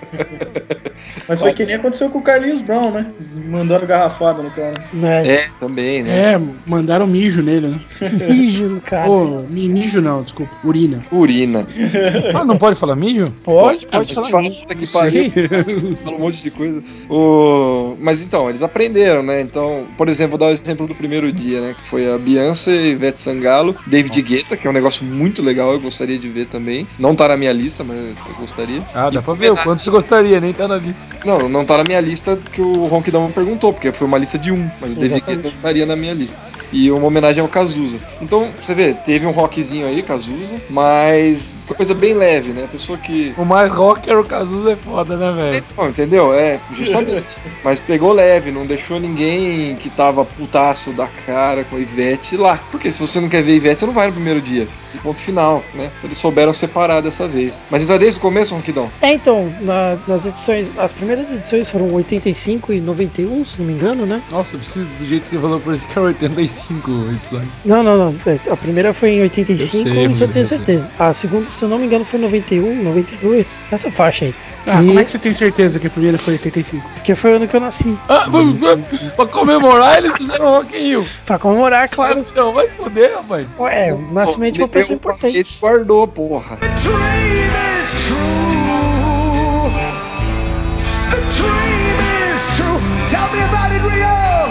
Mas foi que nem aconteceu com o Carlinhos Brown, né? Mandando garrafada no cara. Né? É, também, né? É, mandaram mijo nele, né? Mijo no cara. Ô, mi- mijo não, desculpa, urina. Urina. Ah, não pode falar mijo? Pode, Ah, pode a falar gente fala mijo. puta que pariu, fala um monte de coisa. O... Mas então, eles aprenderam, né? Então, por exemplo, vou dar o exemplo do primeiro dia, né? Que foi a Beyoncé, Ivete Sangalo, David Guetta, que é um negócio muito legal, eu gostaria de ver também. Não tá na minha lista, mas eu gostaria. Ah, dá E pra ver o quanto você gostaria, nem tá na lista. Não, não tá na minha lista que o Ronquidão perguntou, porque foi uma lista de um, mas o David Exatamente. Guetta estaria na minha lista. E uma homenagem ao Cazuza. Então, você vê, teve um rockzinho aí, Cazuza, mas coisa bem leve, né? A pessoa que... O mais rocker, o Cazuza é foda, né, velho? Então, entendeu? É, justamente. Mas pegou leve, não deixou ninguém que tava putaço da cara com a Ivete lá. Porque se você não quer ver Ivete, você não vai no primeiro dia. E ponto final, né? Então eles souberam separar dessa vez. Mas isso é desde o começo, Ronquidão? É, então, na- nas edições, as primeiras edições foram oitenta e cinco e noventa e um, se não me engano, né? Nossa, eu preciso do jeito que você falou, por isso que é oitenta e cinco edições. Não, não, não. A primeira foi em oitenta e cinco, Eu sei, isso eu tenho eu sei. certeza. A segunda, se eu não me engano, foi em noventa e um, noventa e dois, essa faixa aí. Ah, E- como é que você tem certeza que a primeira foi oitenta e cinco? Porque foi o ano que eu nasci. Ah, pra comemorar, eles fizeram Rock in Rio. Pra comemorar, claro. Não, vai se foder, rapaz. Ué, o nascimento de uma pessoa importante. Esse guardou, porra. Dream is true. The dream is true. Tell me about it, Rio.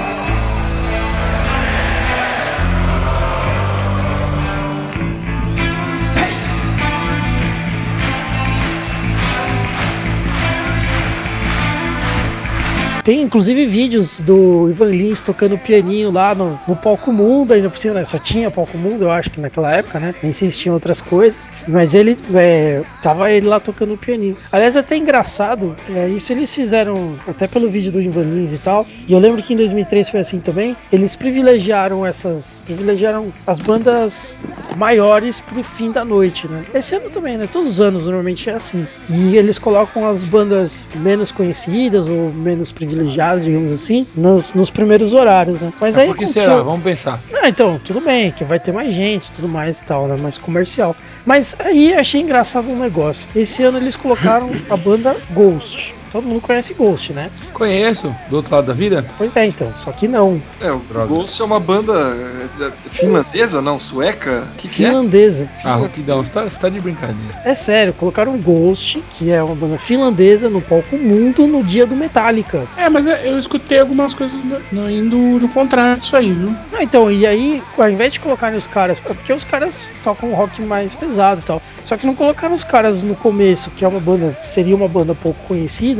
Tem inclusive vídeos do Ivan Lins tocando pianinho lá no, no Palco Mundo, ainda por cima, né? Só tinha Palco Mundo, eu acho que naquela época, né? Nem sei se tinha outras coisas, mas ele, é, tava ele lá tocando pianinho. Aliás, é até engraçado, é, isso eles fizeram até pelo vídeo do Ivan Lins e tal, e eu lembro que em dois mil e três foi assim também, eles privilegiaram essas, privilegiaram as bandas maiores pro fim da noite, né? Esse ano também, né? Todos os anos normalmente é assim. E eles colocam as bandas menos conhecidas ou menos privilegiadas, digamos assim, nos, nos primeiros horários, né? Mas aí Por que aconteceu... será? Vamos pensar. Ah, então, tudo bem, que vai ter mais gente, tudo mais e tal, né? Mais comercial. Mas aí achei engraçado um negócio. Esse ano eles colocaram a banda Ghost. Todo mundo conhece Ghost, né? Conheço, do outro lado da vida? Pois é, então, só que não. É, o Droga. Ghost é uma banda é, finlandesa, não? Sueca? O que, que é? Finlandesa. Ah, Roquidão, você tá, você tá de brincadeira. É sério, colocaram Ghost, que é uma banda finlandesa, no palco Mundo no dia do Metallica. É, mas eu- eu escutei algumas coisas no, no, indo no contrário disso aí, viu? Não, então, e aí, ao invés de colocarem os caras, é porque os caras tocam rock mais pesado e tal, só que não colocaram os caras no começo, que é uma banda, seria uma banda pouco conhecida,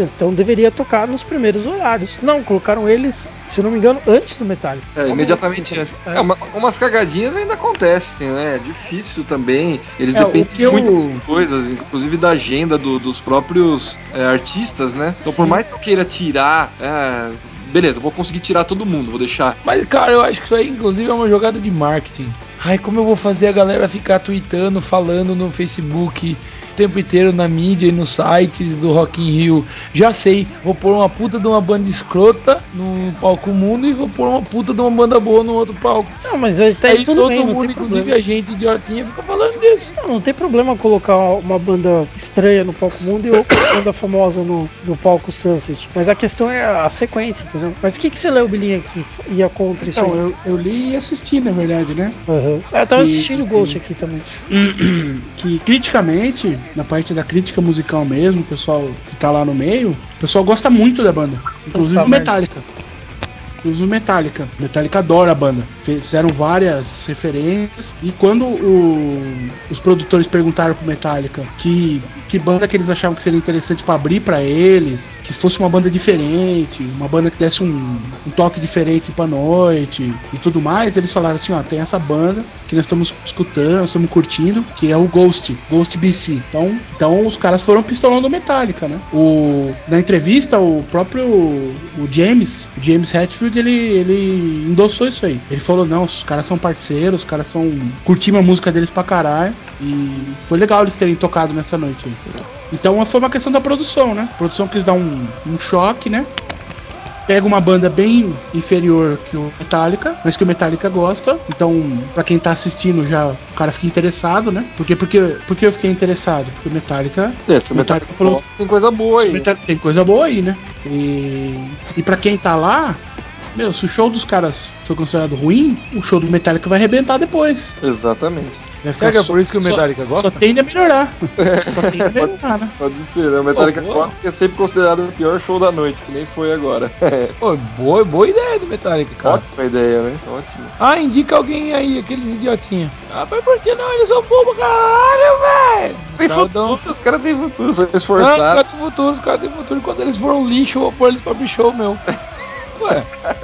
dia. Então deveria tocar nos primeiros horários. Não, colocaram eles, se não me engano, antes do Metallica. É, imediatamente antes. É, uma, umas cagadinhas ainda acontecem, né? É difícil também. Eles É, dependem o que de eu- muitas coisas, inclusive da agenda do- dos próprios é, artistas, né? Então, por Sim. mais que eu queira tirar, é, beleza, vou conseguir tirar todo mundo, vou deixar. Mas, cara, eu acho que isso aí, inclusive, é uma jogada de marketing. Ai, como eu vou fazer a galera ficar tweetando, falando no Facebook o tempo inteiro na mídia e nos sites do Rock in Rio. Já sei, vou pôr uma puta de uma banda escrota no palco mundo e vou pôr uma puta de uma banda boa no outro palco. Não, mas aí tá aí Aí tudo todo bem, não mundo, tem inclusive problema. a gente idiotinha, fica falando disso. Não, não tem problema colocar uma banda estranha no palco mundo e outra banda famosa no, no palco Sunset. Mas a questão é a sequência, entendeu? Mas o que, que você leu, Bilinha, que f- ia contra isso Então, aí? eu, eu li e assisti, na verdade, né? Aham. Eu tava Que- assistindo o Ghost aqui também. Que criticamente, na parte da crítica musical mesmo, o pessoal que tá lá no meio, o pessoal gosta muito da banda. Inclusive Puta o Metallica. Inclusive o Metallica. Metallica adora a banda. Fizeram várias referências. E quando o- os produtores perguntaram pro Metallica que, que banda que eles achavam que seria interessante pra abrir pra eles, que fosse uma banda diferente, uma banda que desse um, um toque diferente pra noite e tudo mais, eles falaram assim: ó, tem essa banda que nós estamos escutando, nós estamos curtindo, que é o Ghost, Ghost B C. Então, então os caras foram pistolão do Metallica, né? O, na entrevista, o próprio o James, o James Hetfield, ele, ele endossou isso aí. Ele falou: não, os caras são parceiros, os caras são. Curtimos a música deles pra caralho. E foi legal eles terem tocado nessa noite aí. Então foi uma questão da produção, né? A produção quis dar um, um choque, né? Pega uma banda bem inferior que o Metallica, mas que o Metallica gosta. Então, pra quem tá assistindo já, o cara fica interessado, né? Porque, porque, porque eu fiquei interessado? Porque o Metallica. É, se o Metallica falou- gosta, tem coisa boa se o aí. Metallica- tem coisa boa aí, né? E, e pra quem tá lá, meu, se o show dos caras foi considerado ruim, o show do Metallica vai arrebentar depois. Exatamente. Vai Será que é por isso que o só- Metallica gosta? Só tende a melhorar. Só tende a Pode, melhorar, né? pode ser, né? O Metallica Pô, boa. gosta que é sempre considerado o pior show da noite, que nem foi agora. Pô, boa, boa ideia do Metallica, cara. Ótima ideia, né? Ótimo. Ah, indica alguém aí, aqueles idiotinhos. Ah, mas por que não? Eles são bons pra caralho, velho. Tem Os caras futuro, dão- os caras têm futuro, são Não, os esforçados. caras têm futuro, os caras têm futuro. Quando eles foram lixo, eu vou pôr eles pra abrir show, meu. Ué.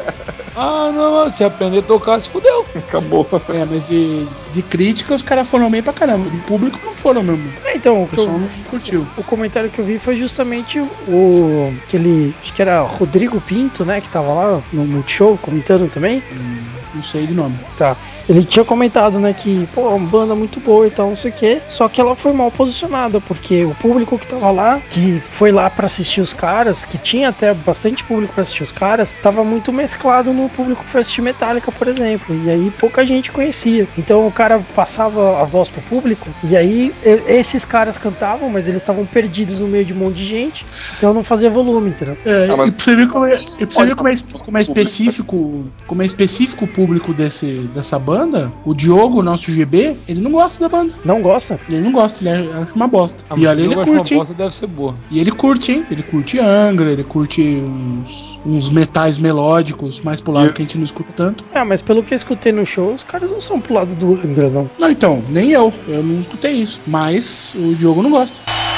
Ah, não, se aprender a tocar, se fudeu. Acabou. É, mas de, de crítica os caras foram bem pra caramba. De público não foram mesmo. É, então, o O que eu, pessoal não curtiu. o comentário que eu vi foi justamente o aquele, acho que era Rodrigo Pinto, né, que tava lá no Multishow comentando também. Não sei de nome. Tá. Ele tinha comentado, né, que, pô, uma banda muito boa e tal, não sei o quê. Só que ela foi mal posicionada, porque o público que tava lá, que foi lá pra assistir os caras, que tinha até bastante público pra assistir os caras, tava muito mesclado no público que foi assistir Metallica, por exemplo. E aí pouca gente conhecia. Então o cara passava a voz pro público, e aí e- esses caras cantavam, mas eles estavam perdidos no meio de um monte de gente, então não fazia volume, entendeu? É, Ah, mas- e pra você ver como é, e pra você ver como é, Pode- como é específico, como é específico o público desse, dessa banda, o Diogo, nosso G B, ele não gosta da banda. Não gosta? Ele não gosta, ele acha uma bosta. Ah, E mas olha, se ele eu acho uma curte, hein? bosta, deve ser boa. E ele curte, hein? Ele curte Angra, ele curte uns, uns metais melódicos mais pro lado que a gente não escuta tanto. Ah, mas pelo que eu escutei no show, os caras não são pro lado do Angra, não. Não, então, nem eu. Eu não escutei isso. Mas o Diogo não gosta.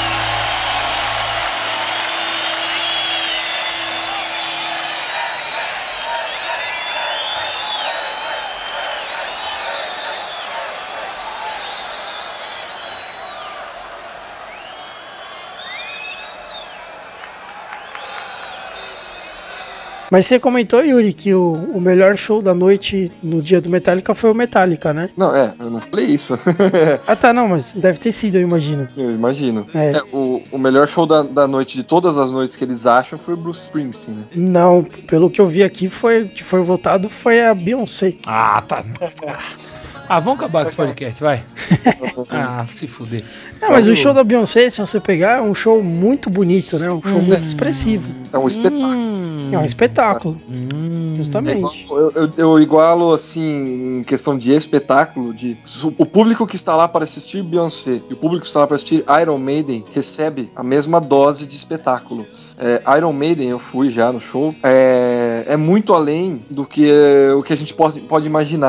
Mas você comentou, Yuri, que o, o melhor show da noite no dia do Metallica foi o Metallica, né? Não, é, eu não falei isso. Ah tá, não, mas deve ter sido, eu imagino. Eu imagino. É. É, o, o melhor show da, da noite, de todas as noites que eles acham, foi o Bruce Springsteen, né? Não, pelo que eu vi aqui, foi que foi votado foi a Beyoncé. Ah, tá. Ah, vamos acabar com esse podcast, vai. Ah, se fuder. Não, mas o Vamos- show da Beyoncé, se você pegar, é um show muito bonito, né? Um show muito expressivo. É um espetáculo. Hum, É um espetáculo, hum. É justamente. igual- eu, eu- eu igualo, assim, em questão de espetáculo, de o público que está lá para assistir Beyoncé e o público que está lá para assistir Iron Maiden recebe a mesma dose de espetáculo. É, Iron Maiden, eu fui já no show, é, é muito além do que é, o que a gente pode, pode imaginar.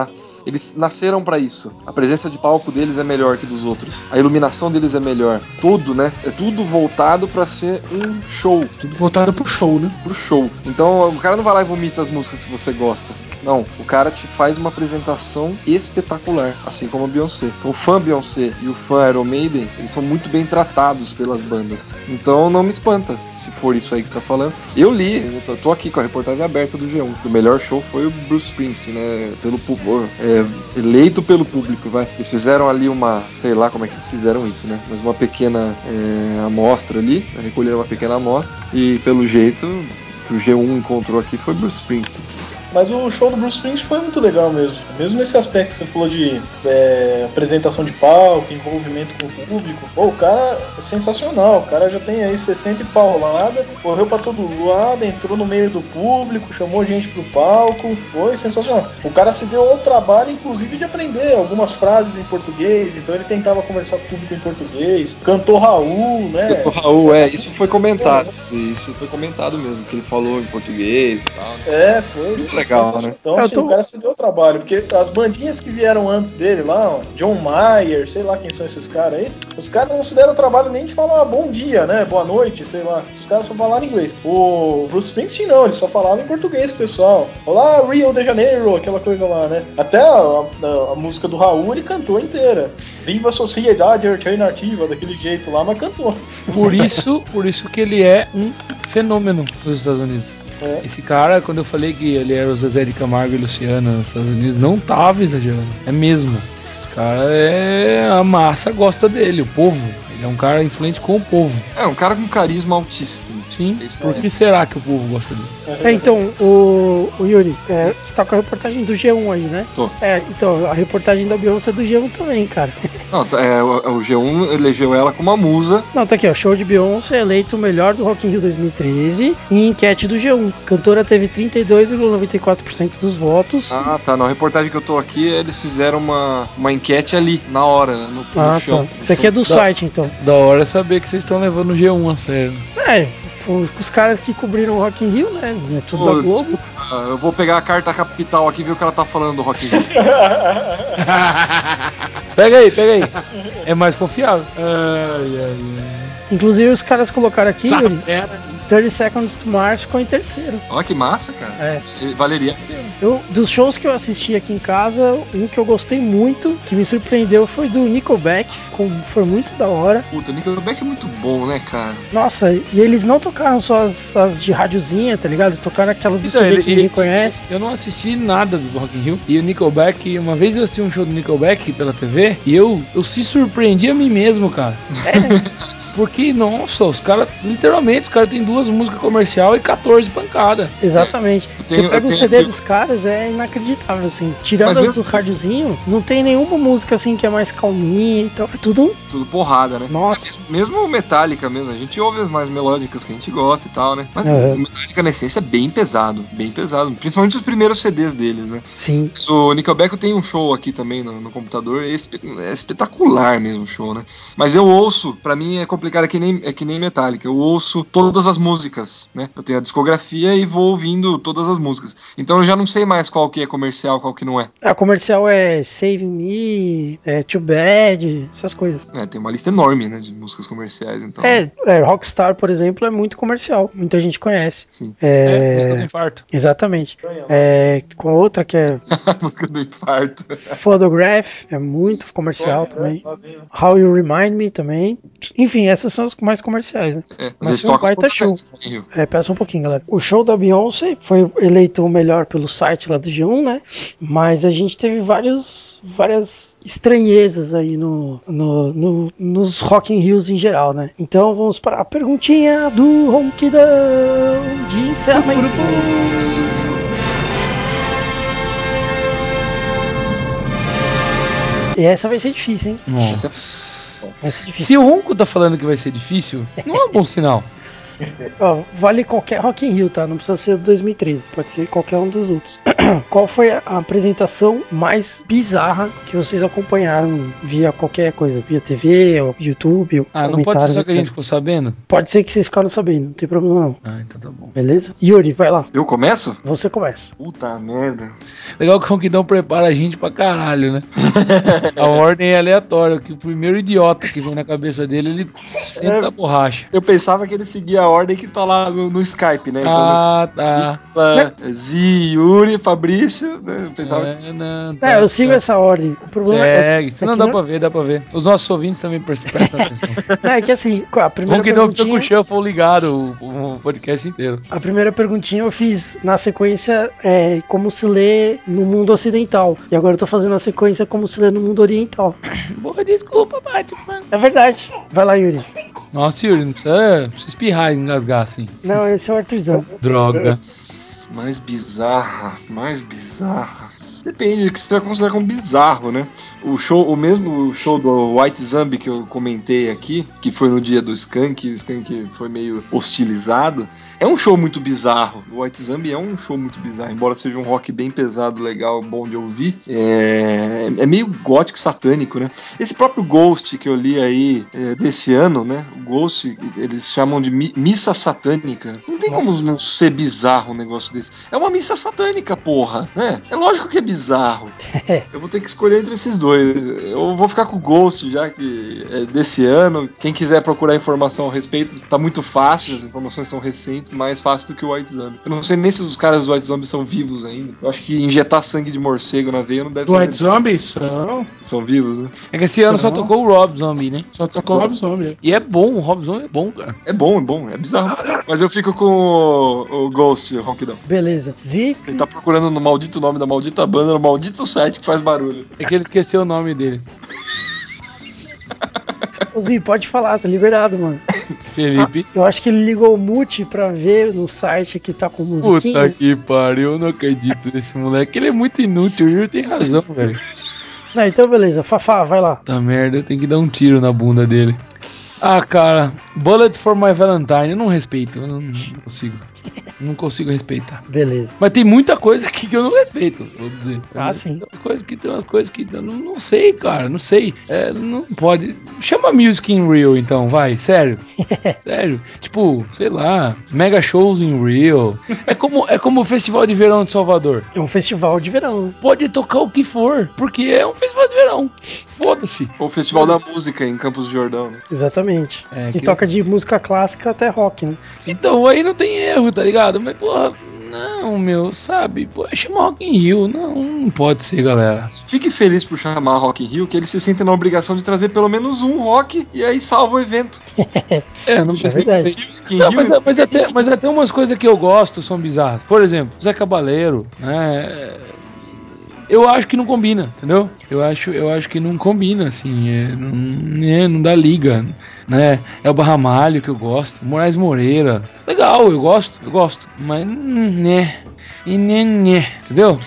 Eles nasceram pra isso. A presença de palco deles é melhor que dos outros. A iluminação deles é melhor. Tudo, né? É tudo voltado pra ser um show. Tudo voltado pro show, né? Pro show. Então o cara não vai lá e vomita as músicas se você gosta. Não. O cara te faz uma apresentação espetacular. Assim como a Beyoncé. Então o fã Beyoncé e o fã Iron Maiden, eles são muito bem tratados pelas bandas. Então não me espanta se for isso aí que você tá falando. Eu li, eu tô, tô aqui com a reportagem aberta do G um, que o melhor show foi o Bruce Springsteen, né? Pelo público, é, eleito pelo público, vai. Eles fizeram ali uma, sei lá como é que eles fizeram isso, né? Mas uma pequena é, amostra ali, né? Recolheram uma pequena amostra e pelo jeito que o G um encontrou aqui foi Bruce Springsteen. Mas o show do Bruce Springsteen foi muito legal mesmo. Mesmo nesse aspecto que você falou de é, apresentação de palco, envolvimento com o público. Pô, o cara é sensacional. O cara já tem aí sessenta e paulada, correu pra todo lado, entrou no meio do público, chamou gente pro palco. Foi sensacional. O cara se deu ao trabalho, inclusive, de aprender algumas frases em português. Então ele tentava conversar com o público em português. Cantou Raul, né? Cantou Raul, é. Isso foi comentado. Isso foi comentado mesmo, que ele falou em português e tal. É, foi. Muito legal, né? Então, assim, tô... o cara se deu trabalho, porque as bandinhas que vieram antes dele lá, ó, John Mayer, sei lá quem são esses caras aí, os caras não se deram trabalho nem de falar bom dia, né, boa noite, sei lá, os caras só falaram inglês. O Bruce Springsteen não, ele só falava em português com o pessoal. Olá, Rio de Janeiro, aquela coisa lá, né? Até a, a, a música do Raul ele cantou inteira. Viva a sociedade alternativa, daquele jeito lá, mas cantou. Por isso, por isso que ele é um fenômeno nos Estados Unidos. É. Esse cara, quando eu falei que ele era o Zezé de Camargo e Luciano nos Estados Unidos, não tava exagerando, é mesmo. Esse cara é... a massa gosta dele, o povo. Ele é um cara influente com o povo. É, um cara com carisma altíssimo. Sim, por que será que o povo gosta dele? É, então, o, o Yuri, é, você tá com a reportagem do G um aí, né? Tô. É, então, a reportagem da Beyoncé é do G um também, cara. Não, é, o, o G um elegeu ela como uma musa. Não, tá aqui, ó, show de Beyoncé eleito o melhor do Rock in Rio dois mil e treze em enquete do G um. Cantora teve trinta e dois vírgula noventa e quatro por cento dos votos. Ah, tá, na reportagem que eu tô aqui, eles fizeram uma, uma enquete ali, na hora, no, no ah, chão. Tá. Isso aqui é do da, site, então. Da hora é saber que vocês estão levando o G um a sério. É, os caras que cobriram o Rock in Rio, né? É tudo Pô, da Globo. Desculpa, eu vou pegar a carta capital aqui e ver o que ela tá falando do Rock in Rio. Pega aí, pega aí. É mais confiável. Ai, ai, ai. Inclusive os caras colocaram aqui, Yuri, thirty Seconds to Mars ficou em terceiro. Olha que massa, cara. É. Valeria. Eu, dos shows que eu assisti aqui em casa, um que eu gostei muito, que me surpreendeu, foi do Nickelback. Ficou, foi muito da hora. Puta, Nickelback é muito bom, né, cara? Nossa, e eles não tocaram só as, as de rádiozinha, tá ligado? Eles tocaram aquelas do então, C D ele, que ninguém ele, conhece. Eu não assisti nada do Rock in Rio. E o Nickelback, uma vez eu assisti um show do Nickelback pela T V, e eu, eu se surpreendi a mim mesmo, cara. É. Porque, nossa, os caras, literalmente, os caras têm duas músicas comercial e quatorze pancadas. Exatamente. Tenho, você pega o tenho, C D eu... dos caras, é inacreditável, assim. Tirando as do rádiozinho, não tem nenhuma música, assim, que é mais calminha e tal. É tudo... Tudo porrada, né? Nossa. Mesmo Metallica mesmo, a gente ouve as mais melódicas que a gente gosta e tal, né? Mas uhum. o Metallica, na essência, é bem pesado. Bem pesado. Principalmente os primeiros C Ds deles, né? Sim. Mas o Nickelback tem um show aqui também no, no computador. É, espe é espetacular mesmo o show, né? Mas eu ouço, pra mim é complicado. É que, nem, é que nem Metallica, eu ouço todas as músicas, né? Eu tenho a discografia e vou ouvindo todas as músicas. Então eu já não sei mais qual que é comercial, qual que não é. A comercial é Save Me, é Too Bad, essas coisas. É, tem uma lista enorme, né, de músicas comerciais, então... É, é, Rockstar, por exemplo, é muito comercial, muita gente conhece. Sim. É, é música do infarto. Exatamente. É, com a outra que é... música do infarto. Photograph, é muito comercial também. How You Remind Me também. Enfim, essas são as mais comerciais, né? É, mas, mas foi um baita show. É, peça um pouquinho, galera. O show da Beyoncé foi eleito o melhor pelo site lá do G um, né? Mas a gente teve vários, várias estranhezas aí no, no, no, nos Rock in Rios em geral, né? Então vamos para a perguntinha do Ronquidão de encerramento. E essa vai ser difícil, hein? Nossa. Vai ser difícil. Se o Ronco tá falando que vai ser difícil, não é um bom sinal. Ó, vale qualquer Rock in Rio, tá? Não precisa ser o dois mil e treze, pode ser qualquer um dos outros. Qual foi a apresentação mais bizarra que vocês acompanharam via qualquer coisa? Via T V, ou YouTube, ou Ah, não pode ser só que a etcétera. gente ficou sabendo? Pode ser que vocês ficaram sabendo, não tem problema não. Ah, então tá bom. Beleza? Yuri, vai lá. Eu começo? Você começa. Puta merda. Legal que o Ronquidão prepara a gente pra caralho, né? A ordem é aleatória, que o primeiro idiota que vem na cabeça dele, ele senta a borracha. Eu pensava que ele seguia a ordem que tá lá no, no Skype, né? Então, Ah, tá. Isla, Zi, Yuri, Fabrício, né? Eu pensava É, que... não, É, tá, eu sigo tá. essa ordem. O problema é, Segue. é Não, que dá não- pra ver, dá pra ver. Os nossos ouvintes também prestam atenção. é que assim, a primeira Ronquidão fica com o perguntinha, shuffle ligado o, o podcast inteiro. a primeira perguntinha eu fiz na sequência é, como se lê no mundo ocidental. E agora eu tô fazendo a sequência como se lê no mundo oriental. Boa desculpa, Batman. É verdade. Vai lá, Yuri. Nossa, Yuri, não precisa, não precisa espirrar e engasgar assim. Não, esse é o Arthurzão. Droga. Mais bizarra, mais bizarra. Depende do que você vai considerar como bizarro, né? O show, o mesmo show do White Zombie que eu comentei aqui, que foi no dia do Skank, o Skank foi meio hostilizado, é um show muito bizarro. O White Zombie é um show muito bizarro, embora seja um rock bem pesado, legal, bom de ouvir. É, é meio gótico satânico, né? Esse próprio Ghost que eu li aí é, desse ano, né? O Ghost, eles chamam de mi- missa satânica. Não tem como não ser bizarro um negócio desse. É uma missa satânica, porra, né? É lógico que é bizarro. Eu vou ter que escolher entre esses dois. Eu vou ficar com o Ghost, já que é desse ano. Quem quiser procurar informação a respeito, tá muito fácil, as informações são recentes, mais fácil do que o White Zombie. Eu não sei nem se os caras do White Zombie são vivos ainda. Eu acho que injetar sangue de morcego na veia não deve Do White fazer. Zombie? São. São vivos, né? É que esse ano só Só. tocou o Rob Zombie, né? Só tocou o Rob Zombie. E é bom, o Rob Zombie é bom, cara. É bom, é bom, é bizarro. Mas eu fico com o, o Ghost, o Ronquidão. Beleza. Zi, Ele tá procurando no maldito nome da maldita banda, no maldito site que faz barulho. É que ele esqueceu o nome dele. ô Zi, pode falar, tá liberado, mano. Felipe. Eu acho que ele ligou o mute pra ver no site que tá com Puta musiquinha. que pariu, eu não acredito nesse moleque. Ele é muito inútil, o Yuri tem razão, velho. Não, então beleza. Fafá, vai lá. Tá merda, eu tenho que dar um tiro na bunda dele. Ah, cara, Bullet for My Valentine, eu não respeito, eu não, não consigo. Não consigo respeitar. Beleza. Mas tem muita coisa aqui que eu não respeito, vou dizer. Ah, sim. Tem umas coisas que, tem umas coisas que eu não, não sei, cara, não sei. É, não pode. Chama Music in Rio, então, vai, sério. Sério. Tipo, sei lá, mega shows in Rio. É como, é como o Festival de Verão de Salvador. É um festival de verão. Pode tocar o que for, porque é um festival de verão. Foda-se. Ou o Festival da Música em Campos do Jordão, né? Exatamente. É, que que- toca de música clássica até rock, né? Então, aí não tem erro, tá ligado? Mas, porra, não, meu, sabe? Pô, chama Rock in Rio. Não, não pode ser, galera. Fique feliz por chamar Rock in Rio, que eles se sentem na obrigação de trazer pelo menos um rock e aí salva o evento. É, não É precisa. verdade. Music in Não, Rio, mas, mas, até, mas até umas coisas que eu gosto são bizarras. Por exemplo, Zé Cabaleiro, né? Eu acho que não combina, entendeu? Eu acho, eu acho que não combina, assim, é, não, é, não dá liga, né? É o Barramalho que eu gosto, Moraes Moreira, legal, eu gosto, eu gosto, mas né, e né, né, entendeu?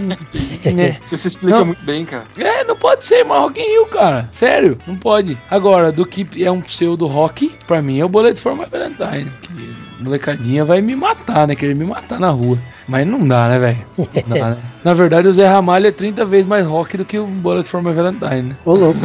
né. Você se explica Não. muito bem, cara. É, não pode ser mais Rock in Rio, cara. Sério, não pode. Agora, do que é um pseudo rock, pra mim é o Bullet for My Valentine. Que molecadinha vai me matar, né? Querer me matar na rua. Mas não dá, né, velho? Não dá, né? Na verdade, o Zé Ramalho é trinta vezes mais rock do que o Bullet for My Valentine, né? Ô, louco.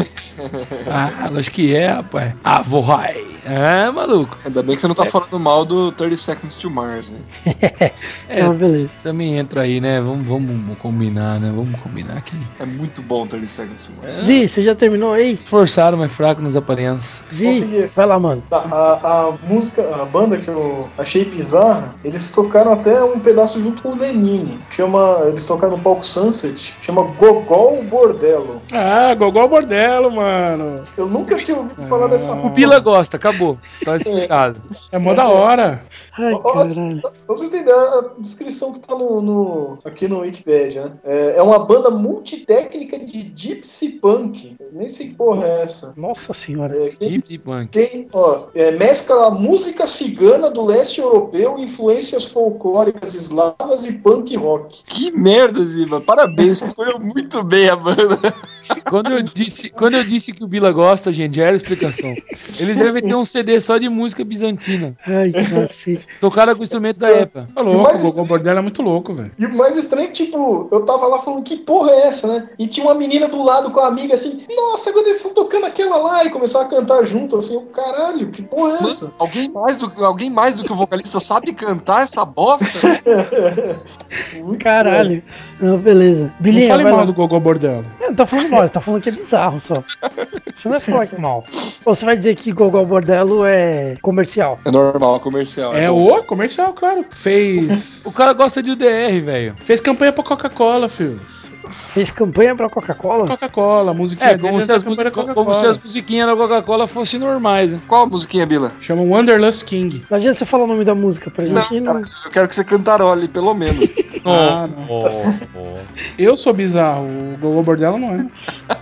Ah, acho que é, rapaz. Ah, vou vai. É, maluco. Ainda bem que você não tá falando mal do thirty Seconds to Mars, né? É, Não, beleza. também entra aí, né? Vamos, vamos combinar, né? Vamos combinar aqui. É muito bom thirty Seconds to Mars. Zi, você já terminou aí? Forçaram, mas fraco nas aparências. Zi, Consegui. vai lá, mano. Tá, a, a música, a banda que eu achei bizarra, eles tocaram até um pedaço junto com o Lenine. Chama, eles tocaram no palco Sunset, chama Gogol Bordello. Ah, Gogol Bordelo, mano. Eu nunca tinha ouvido falar dessa O Pila gosta, acabou. Tá explicado. É mó da hora. Ai, Ó, ó, caralho. Pra vocês terem ideia, a descrição que tá no, no- aqui no Wikipedia, né? É, é uma banda multitécnica de gypsy punk. Eu nem sei que porra é essa. Nossa senhora. É, quem Gypsy Punk. tem, ó, é, mescla a música cigana do leste europeu, influências folclóricas eslavas e punk rock. Que merda, Ziba. Parabéns, você escolheu muito bem a banda. Quando eu disse, quando eu disse que o Bila gosta, gente, já era a explicação. Eles devem ter um C D só de música bizantina. Ai, cacete. Tocaram com o instrumento da época. Tá E louco, mais o Gogol Bordello é muito louco, velho. E o mais estranho é que, tipo, eu tava lá falando, que porra é essa, né? E tinha uma menina do lado com a amiga assim, nossa, quando eles estão tocando aquela lá, e começaram a cantar junto, assim, eu, caralho, que porra é essa? Mano, alguém mais, do, alguém mais do que o vocalista sabe cantar essa bosta? Muito Caralho. Não, beleza. Não Bilinha, fale vai mal lá. do Gogol Bordello. Não, tá falando mal, tá falando que é bizarro só. Você não é falar que é mal. Ou você vai dizer que Gogol Bordello é comercial? É normal, comercial. É bom. o comercial, claro. Fez. O cara gosta de U D R, velho. Fez campanha pra Coca-Cola, filho. Fez campanha pra Coca-Cola? Coca-Cola, a musiquinha É, como dele se, é as da campanha da musica- como se Coca-Cola. as musiquinhas da Coca-Cola fossem normais, né? Qual a musiquinha, Bila? Chama Wanderlust King. Não adianta você falar o nome da música pra gente Não, não. cara, eu quero que você cantarole, pelo menos. Ah, não. Oh, oh. Eu sou bizarro, o Gogol Bordello não é.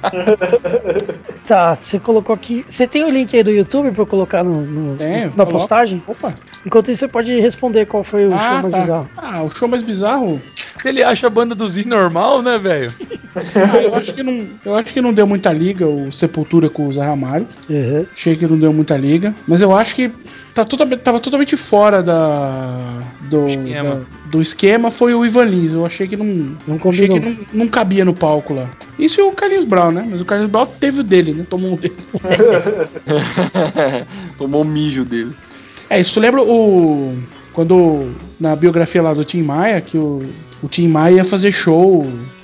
Tá, você colocou aqui. Você tem o link aí do YouTube pra eu colocar no, no- Tem, na coloca. postagem? Opa. Enquanto isso, você pode responder qual foi o show Ah, mais tá. bizarro. Ah, o show mais bizarro? Se ele acha a banda do Zinho normal, né, velho? Ah, eu acho que não, eu acho que não deu muita liga o Sepultura com o Zé Ramalho. Uhum. Achei que não deu muita liga, mas eu acho que tá totalmente, tava totalmente fora da do Esquema. da- do esquema foi o Ivan Lins. Eu achei que não, Não achei combinou. que não, não cabia no palco lá. Isso e o Carlinhos Brown, né? Mas o Carlinhos Brown teve o dele, né? Tomou um dele. Tomou o mijo dele. É, isso lembra o quando na biografia lá do Tim Maia que o, o Tim Maia ia fazer show.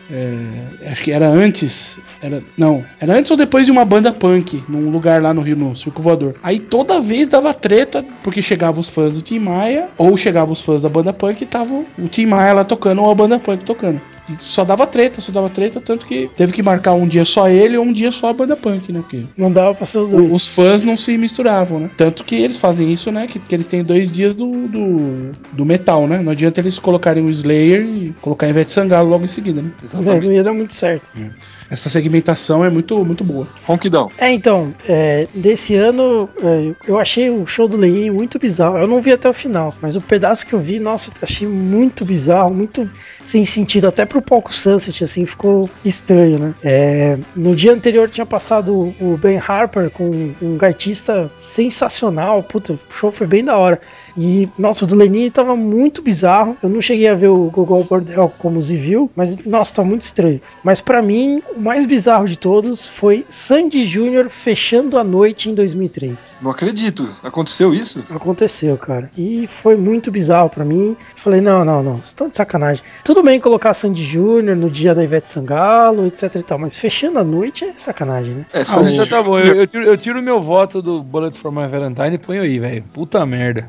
É, acho que era antes. Era, não, era antes ou depois de uma banda punk, num lugar lá no Rio, no Circo Voador. Aí toda vez dava treta, porque chegavam os fãs do Tim Maia, ou chegavam os fãs da banda punk e tava o Tim Maia lá tocando, ou a banda punk tocando. E só dava treta, só dava treta, tanto que teve que marcar um dia só ele ou um dia só a banda punk, né? Porque Não dava pra ser os dois. os fãs não se misturavam, né? Tanto que eles fazem isso, né? Que, que eles têm dois dias do, do, do metal, né? Não adianta eles colocarem o Slayer e colocar Ivete Sangalo logo em seguida, né? É, Exatamente. não ia dar muito certo. Essa segmentação é muito, muito boa. Ronquidão. É, então, é, desse ano é, eu achei o show do Lenin muito bizarro. Eu não vi até o final, mas o pedaço que eu vi, nossa, achei muito bizarro, muito sem sentido. Até pro palco Sunset, assim, ficou estranho, né? É, no dia anterior tinha passado o Ben Harper com um gaitista sensacional. Puta, o show foi bem da hora. E, nossa, o do Lenin tava muito bizarro. Eu não cheguei a ver o Gogol Bordello como o viu, mas, nossa, tá muito estranho. Mas pra mim, o mais bizarro de todos foi Sandy Júnior fechando a noite em dois mil e três. Não acredito. Aconteceu isso? Aconteceu, cara. E foi muito bizarro pra mim. Falei, não, não, não, vocês estão de sacanagem. Tudo bem colocar Sandy Júnior no dia da Ivete Sangalo, etc e tal, mas fechando a noite é sacanagem, né? É, Ah, Sandy então tá bom, eu, eu tiro, eu tiro meu voto do Bullet for My Valentine e ponho aí, velho. Puta merda.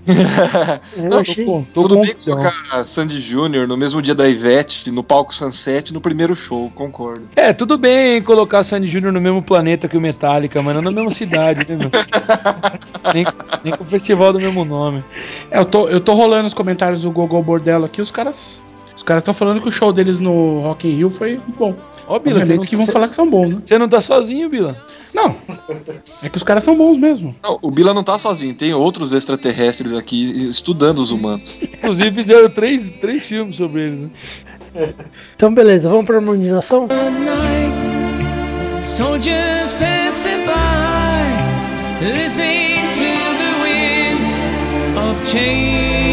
Eu Não, achei. Tô, tô Tudo com bem opção. colocar Sandy Júnior no mesmo dia da Ivete, no palco Sunset, no primeiro show, concordo. É, tudo bem colocar Sandy Júnior no mesmo planeta que o Metallica, mas não na mesma cidade, né, meu? Nem, nem com o festival do mesmo nome. É, eu tô, eu tô rolando os comentários do Gogol Bordello aqui, os caras. Os caras estão falando que o show deles no Rock in Rio foi bom. Ó, Bila, você Obviamente não, que vão você- falar que são bons, né? você não tá sozinho, Bila. Não. É que os caras são bons mesmo. Não, o Bila não tá sozinho, tem outros extraterrestres aqui estudando os humanos. Inclusive fizeram três, três filmes sobre eles, né? Então, beleza, vamos pra harmonização? Soldiers passing by, listening to the wind of change.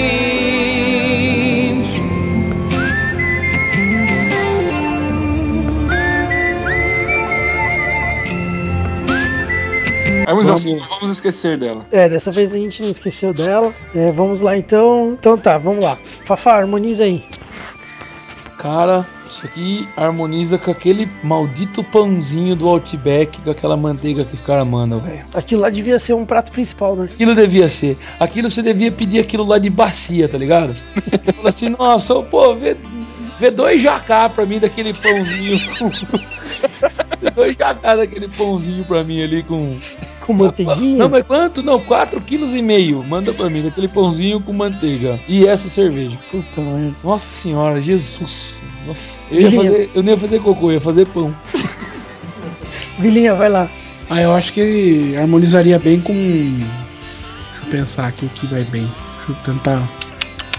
A harmonização, Vamos. não vamos esquecer dela. É, dessa vez a gente não esqueceu dela. É, vamos lá então. Então tá, vamos lá. Fafá, harmoniza aí. Cara, isso aqui harmoniza com aquele maldito pãozinho do Outback, com aquela manteiga que os caras mandam, velho. Aquilo lá devia ser um prato principal, né? Aquilo devia ser. Aquilo você devia pedir aquilo lá de bacia, tá ligado? Você fala assim, nossa, pô, vê, vê dois jacá pra mim daquele pãozinho. Vê dois jacá daquele pãozinho pra mim ali com. Com manteiguinha. Não, mas quanto? Não, quatro quilos e meio. Manda pra mim, daquele pãozinho com manteiga. E essa cerveja. Puta merda. Nossa senhora, Jesus. Nossa. Eu, ia Vilinha. fazer, eu não ia fazer cocô, eu ia fazer pão. Vilinha, vai lá. Ah, eu acho que harmonizaria bem com. Deixa eu pensar aqui o que vai bem. Deixa eu tentar.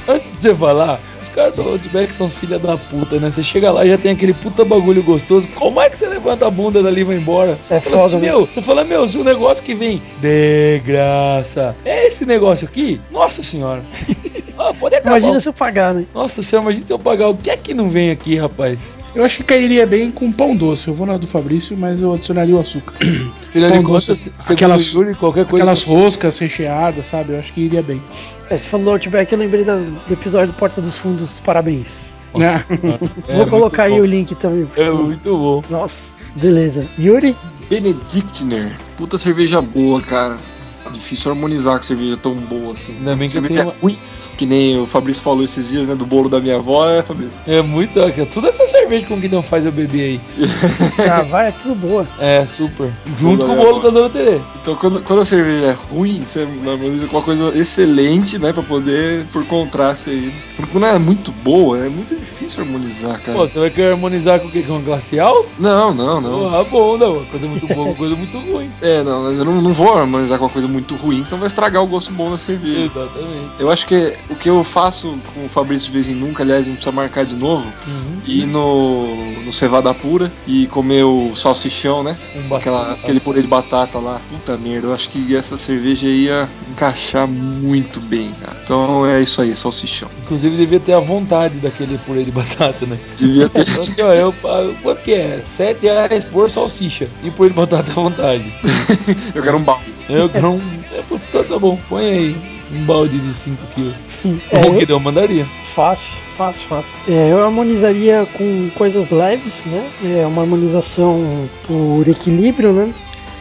antes de você falar, os caras do Outback são os filha da puta, né? Você chega lá e já tem aquele puta bagulho gostoso. Como é que você levanta a bunda dali e vai embora? É Você fala foda, assim, né? meu, você fala, meu, se o negócio que vem de graça é esse negócio aqui, nossa senhora. Ah, pode acabar. Imagina se eu pagar, né? Nossa senhora, imagina se eu pagar. O que é que não vem aqui, rapaz? Eu acho que cairia bem com pão doce. Eu vou na do Fabrício, mas eu adicionaria o açúcar. Filha Pão de doce, conta, segundo aquelas, o Yuri, qualquer coisa. aquelas roscas recheadas, sabe? Eu acho que iria bem. É, você falou do Outback, eu lembrei da- do episódio do Porta dos Fundos. Parabéns. Né? É, Vou colocar aí muito o bom. link também. porque- É muito bom. Nossa, beleza. Yuri? Benedictiner. Puta cerveja boa, cara. Difícil harmonizar com cerveja tão boa assim. Ainda bem que eu cerveja tenho uma- ruim, que nem o Fabrício falou esses dias, né? Do bolo da minha avó, né, Fabrício? É muito. É tudo essa cerveja com que não faz eu beber aí. Ah, vai, é tudo boa. É, super. Junto Bolo com o da bolo minha da Dona Terê. Então, quando, quando a cerveja é ruim, você harmoniza com uma coisa excelente, né? Pra poder, por contraste aí. Porque quando é muito boa, é muito difícil harmonizar, cara. Pô, você vai querer harmonizar com o quê? Com glacial? Não, não, não. Ah, bom, não. Coisa muito boa, coisa muito ruim. É, não, mas eu não, não vou harmonizar com uma coisa muito ruim, senão vai estragar o gosto bom da cerveja. Exatamente. Eu acho que o que eu faço com o Fabrício de vez em nunca, aliás, a gente precisa marcar de novo, Uhum. ir no, no Cevada Pura e comer o salsichão, né? Um Aquela, bastante. aquele purê de batata lá. Puta merda, eu acho que essa cerveja ia encaixar muito bem, cara. Então é isso aí, salsichão. Inclusive devia ter a vontade daquele purê de batata, né? Devia ter. Então, assim, ó, eu pago. Quanto que é? sete reais por salsicha. E purê de batata à vontade. Eu quero um balde. Eu quero um. É, pô, tá, tá bom, põe aí um balde de cinco quilos. É, O eu- Guidão mandaria. Fácil, fácil, fácil. É, eu harmonizaria com coisas leves, né? É uma harmonização por equilíbrio, né?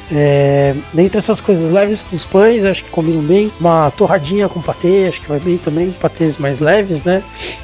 É, dentre essas coisas leves, os pães acho que combinam bem. Uma torradinha com patê, acho que vai bem também. Patês mais leves, né?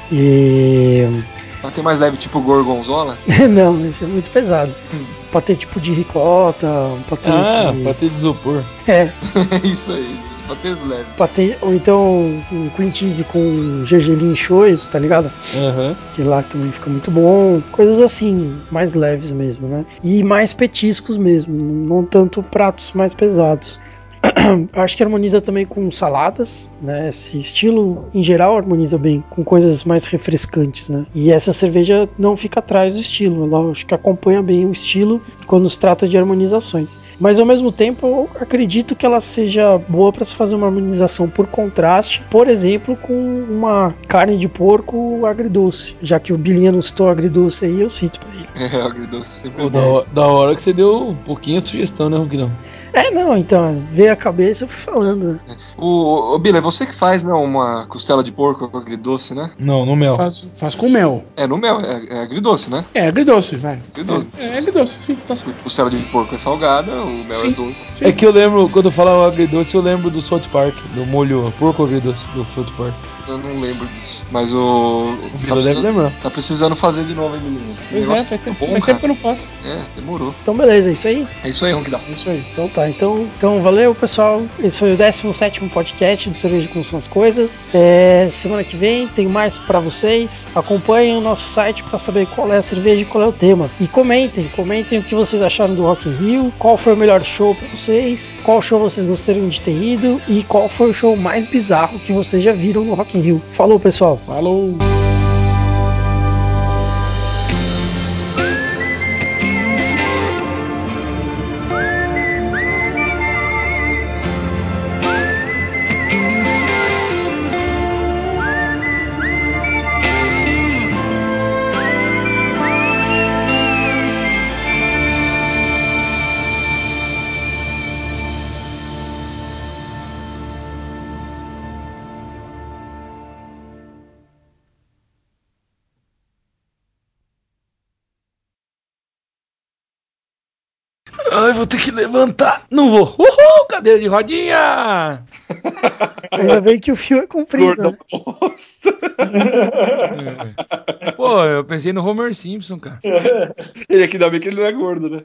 E. Pra ter mais leve, tipo gorgonzola. Não, isso é muito pesado. Patê tipo de ricota, um patê Ah, de. pra ter de isopor. É, É isso aí, pra ter leve. patê, ou então um cream cheese com gergelim e shoyu, tá ligado? Aham. Que lá também fica muito bom. Coisas assim, mais leves mesmo, né? E mais petiscos mesmo, não tanto pratos mais pesados. Acho que harmoniza também com saladas, né? Esse estilo, em geral, harmoniza bem com coisas mais refrescantes, né? E essa cerveja não fica atrás do estilo, ela acho que acompanha bem o estilo quando se trata de harmonizações. Mas ao mesmo tempo, eu acredito que ela seja boa para se fazer uma harmonização por contraste, por exemplo, com uma carne de porco agridoce. Já que o Biliano citou agridoce aí, eu cito para ele. É, agridoce sempre Pô, é da, bom. hora- da hora que você deu um pouquinho a sugestão, né, Ronquidão? É, não, então, veio a cabeça, eu fui falando, né? O, o Bila, é você que faz, né, uma costela de porco com agridoce, né? Não, no mel. Faz, faz com mel. É no mel, é, é agridoce, né? É, agridoce, vai. Agridoce. É, é agridoce, sim. Tá certo. Costela de porco é salgada, o mel Sim. é doce. Sim. É que eu lembro, quando eu falava agridoce, eu lembro do South Park, do molho porco agridoce do South Park. Eu não lembro disso. Mas o. O Tá Bila deve precisando, lembrar. tá precisando fazer de novo, hein, menino? Pois é, faz tempo, faz tempo que eu não faço. É, demorou. Então, beleza, é isso aí? É isso aí, vamos que dá. É isso aí. Então tá, então, então valeu pessoal, esse foi o décimo sétimo podcast do Cerveja Como São as Coisas. É, semana que vem tem mais pra vocês, acompanhem o nosso site pra saber qual é a cerveja e qual é o tema, e comentem, comentem o que vocês acharam do Rock in Rio, qual foi o melhor show pra vocês, qual show vocês gostariam de ter ido e qual foi o show mais bizarro que vocês já viram no Rock in Rio. Falou pessoal! Falou! Ai, vou ter que levantar. Não vou. Uhul, cadeira de rodinha. Ainda bem que o fio é comprido, Gordão né? bosta. É. Pô, eu pensei no Homer Simpson, cara. Ele aqui dá bem que ele não é gordo, né?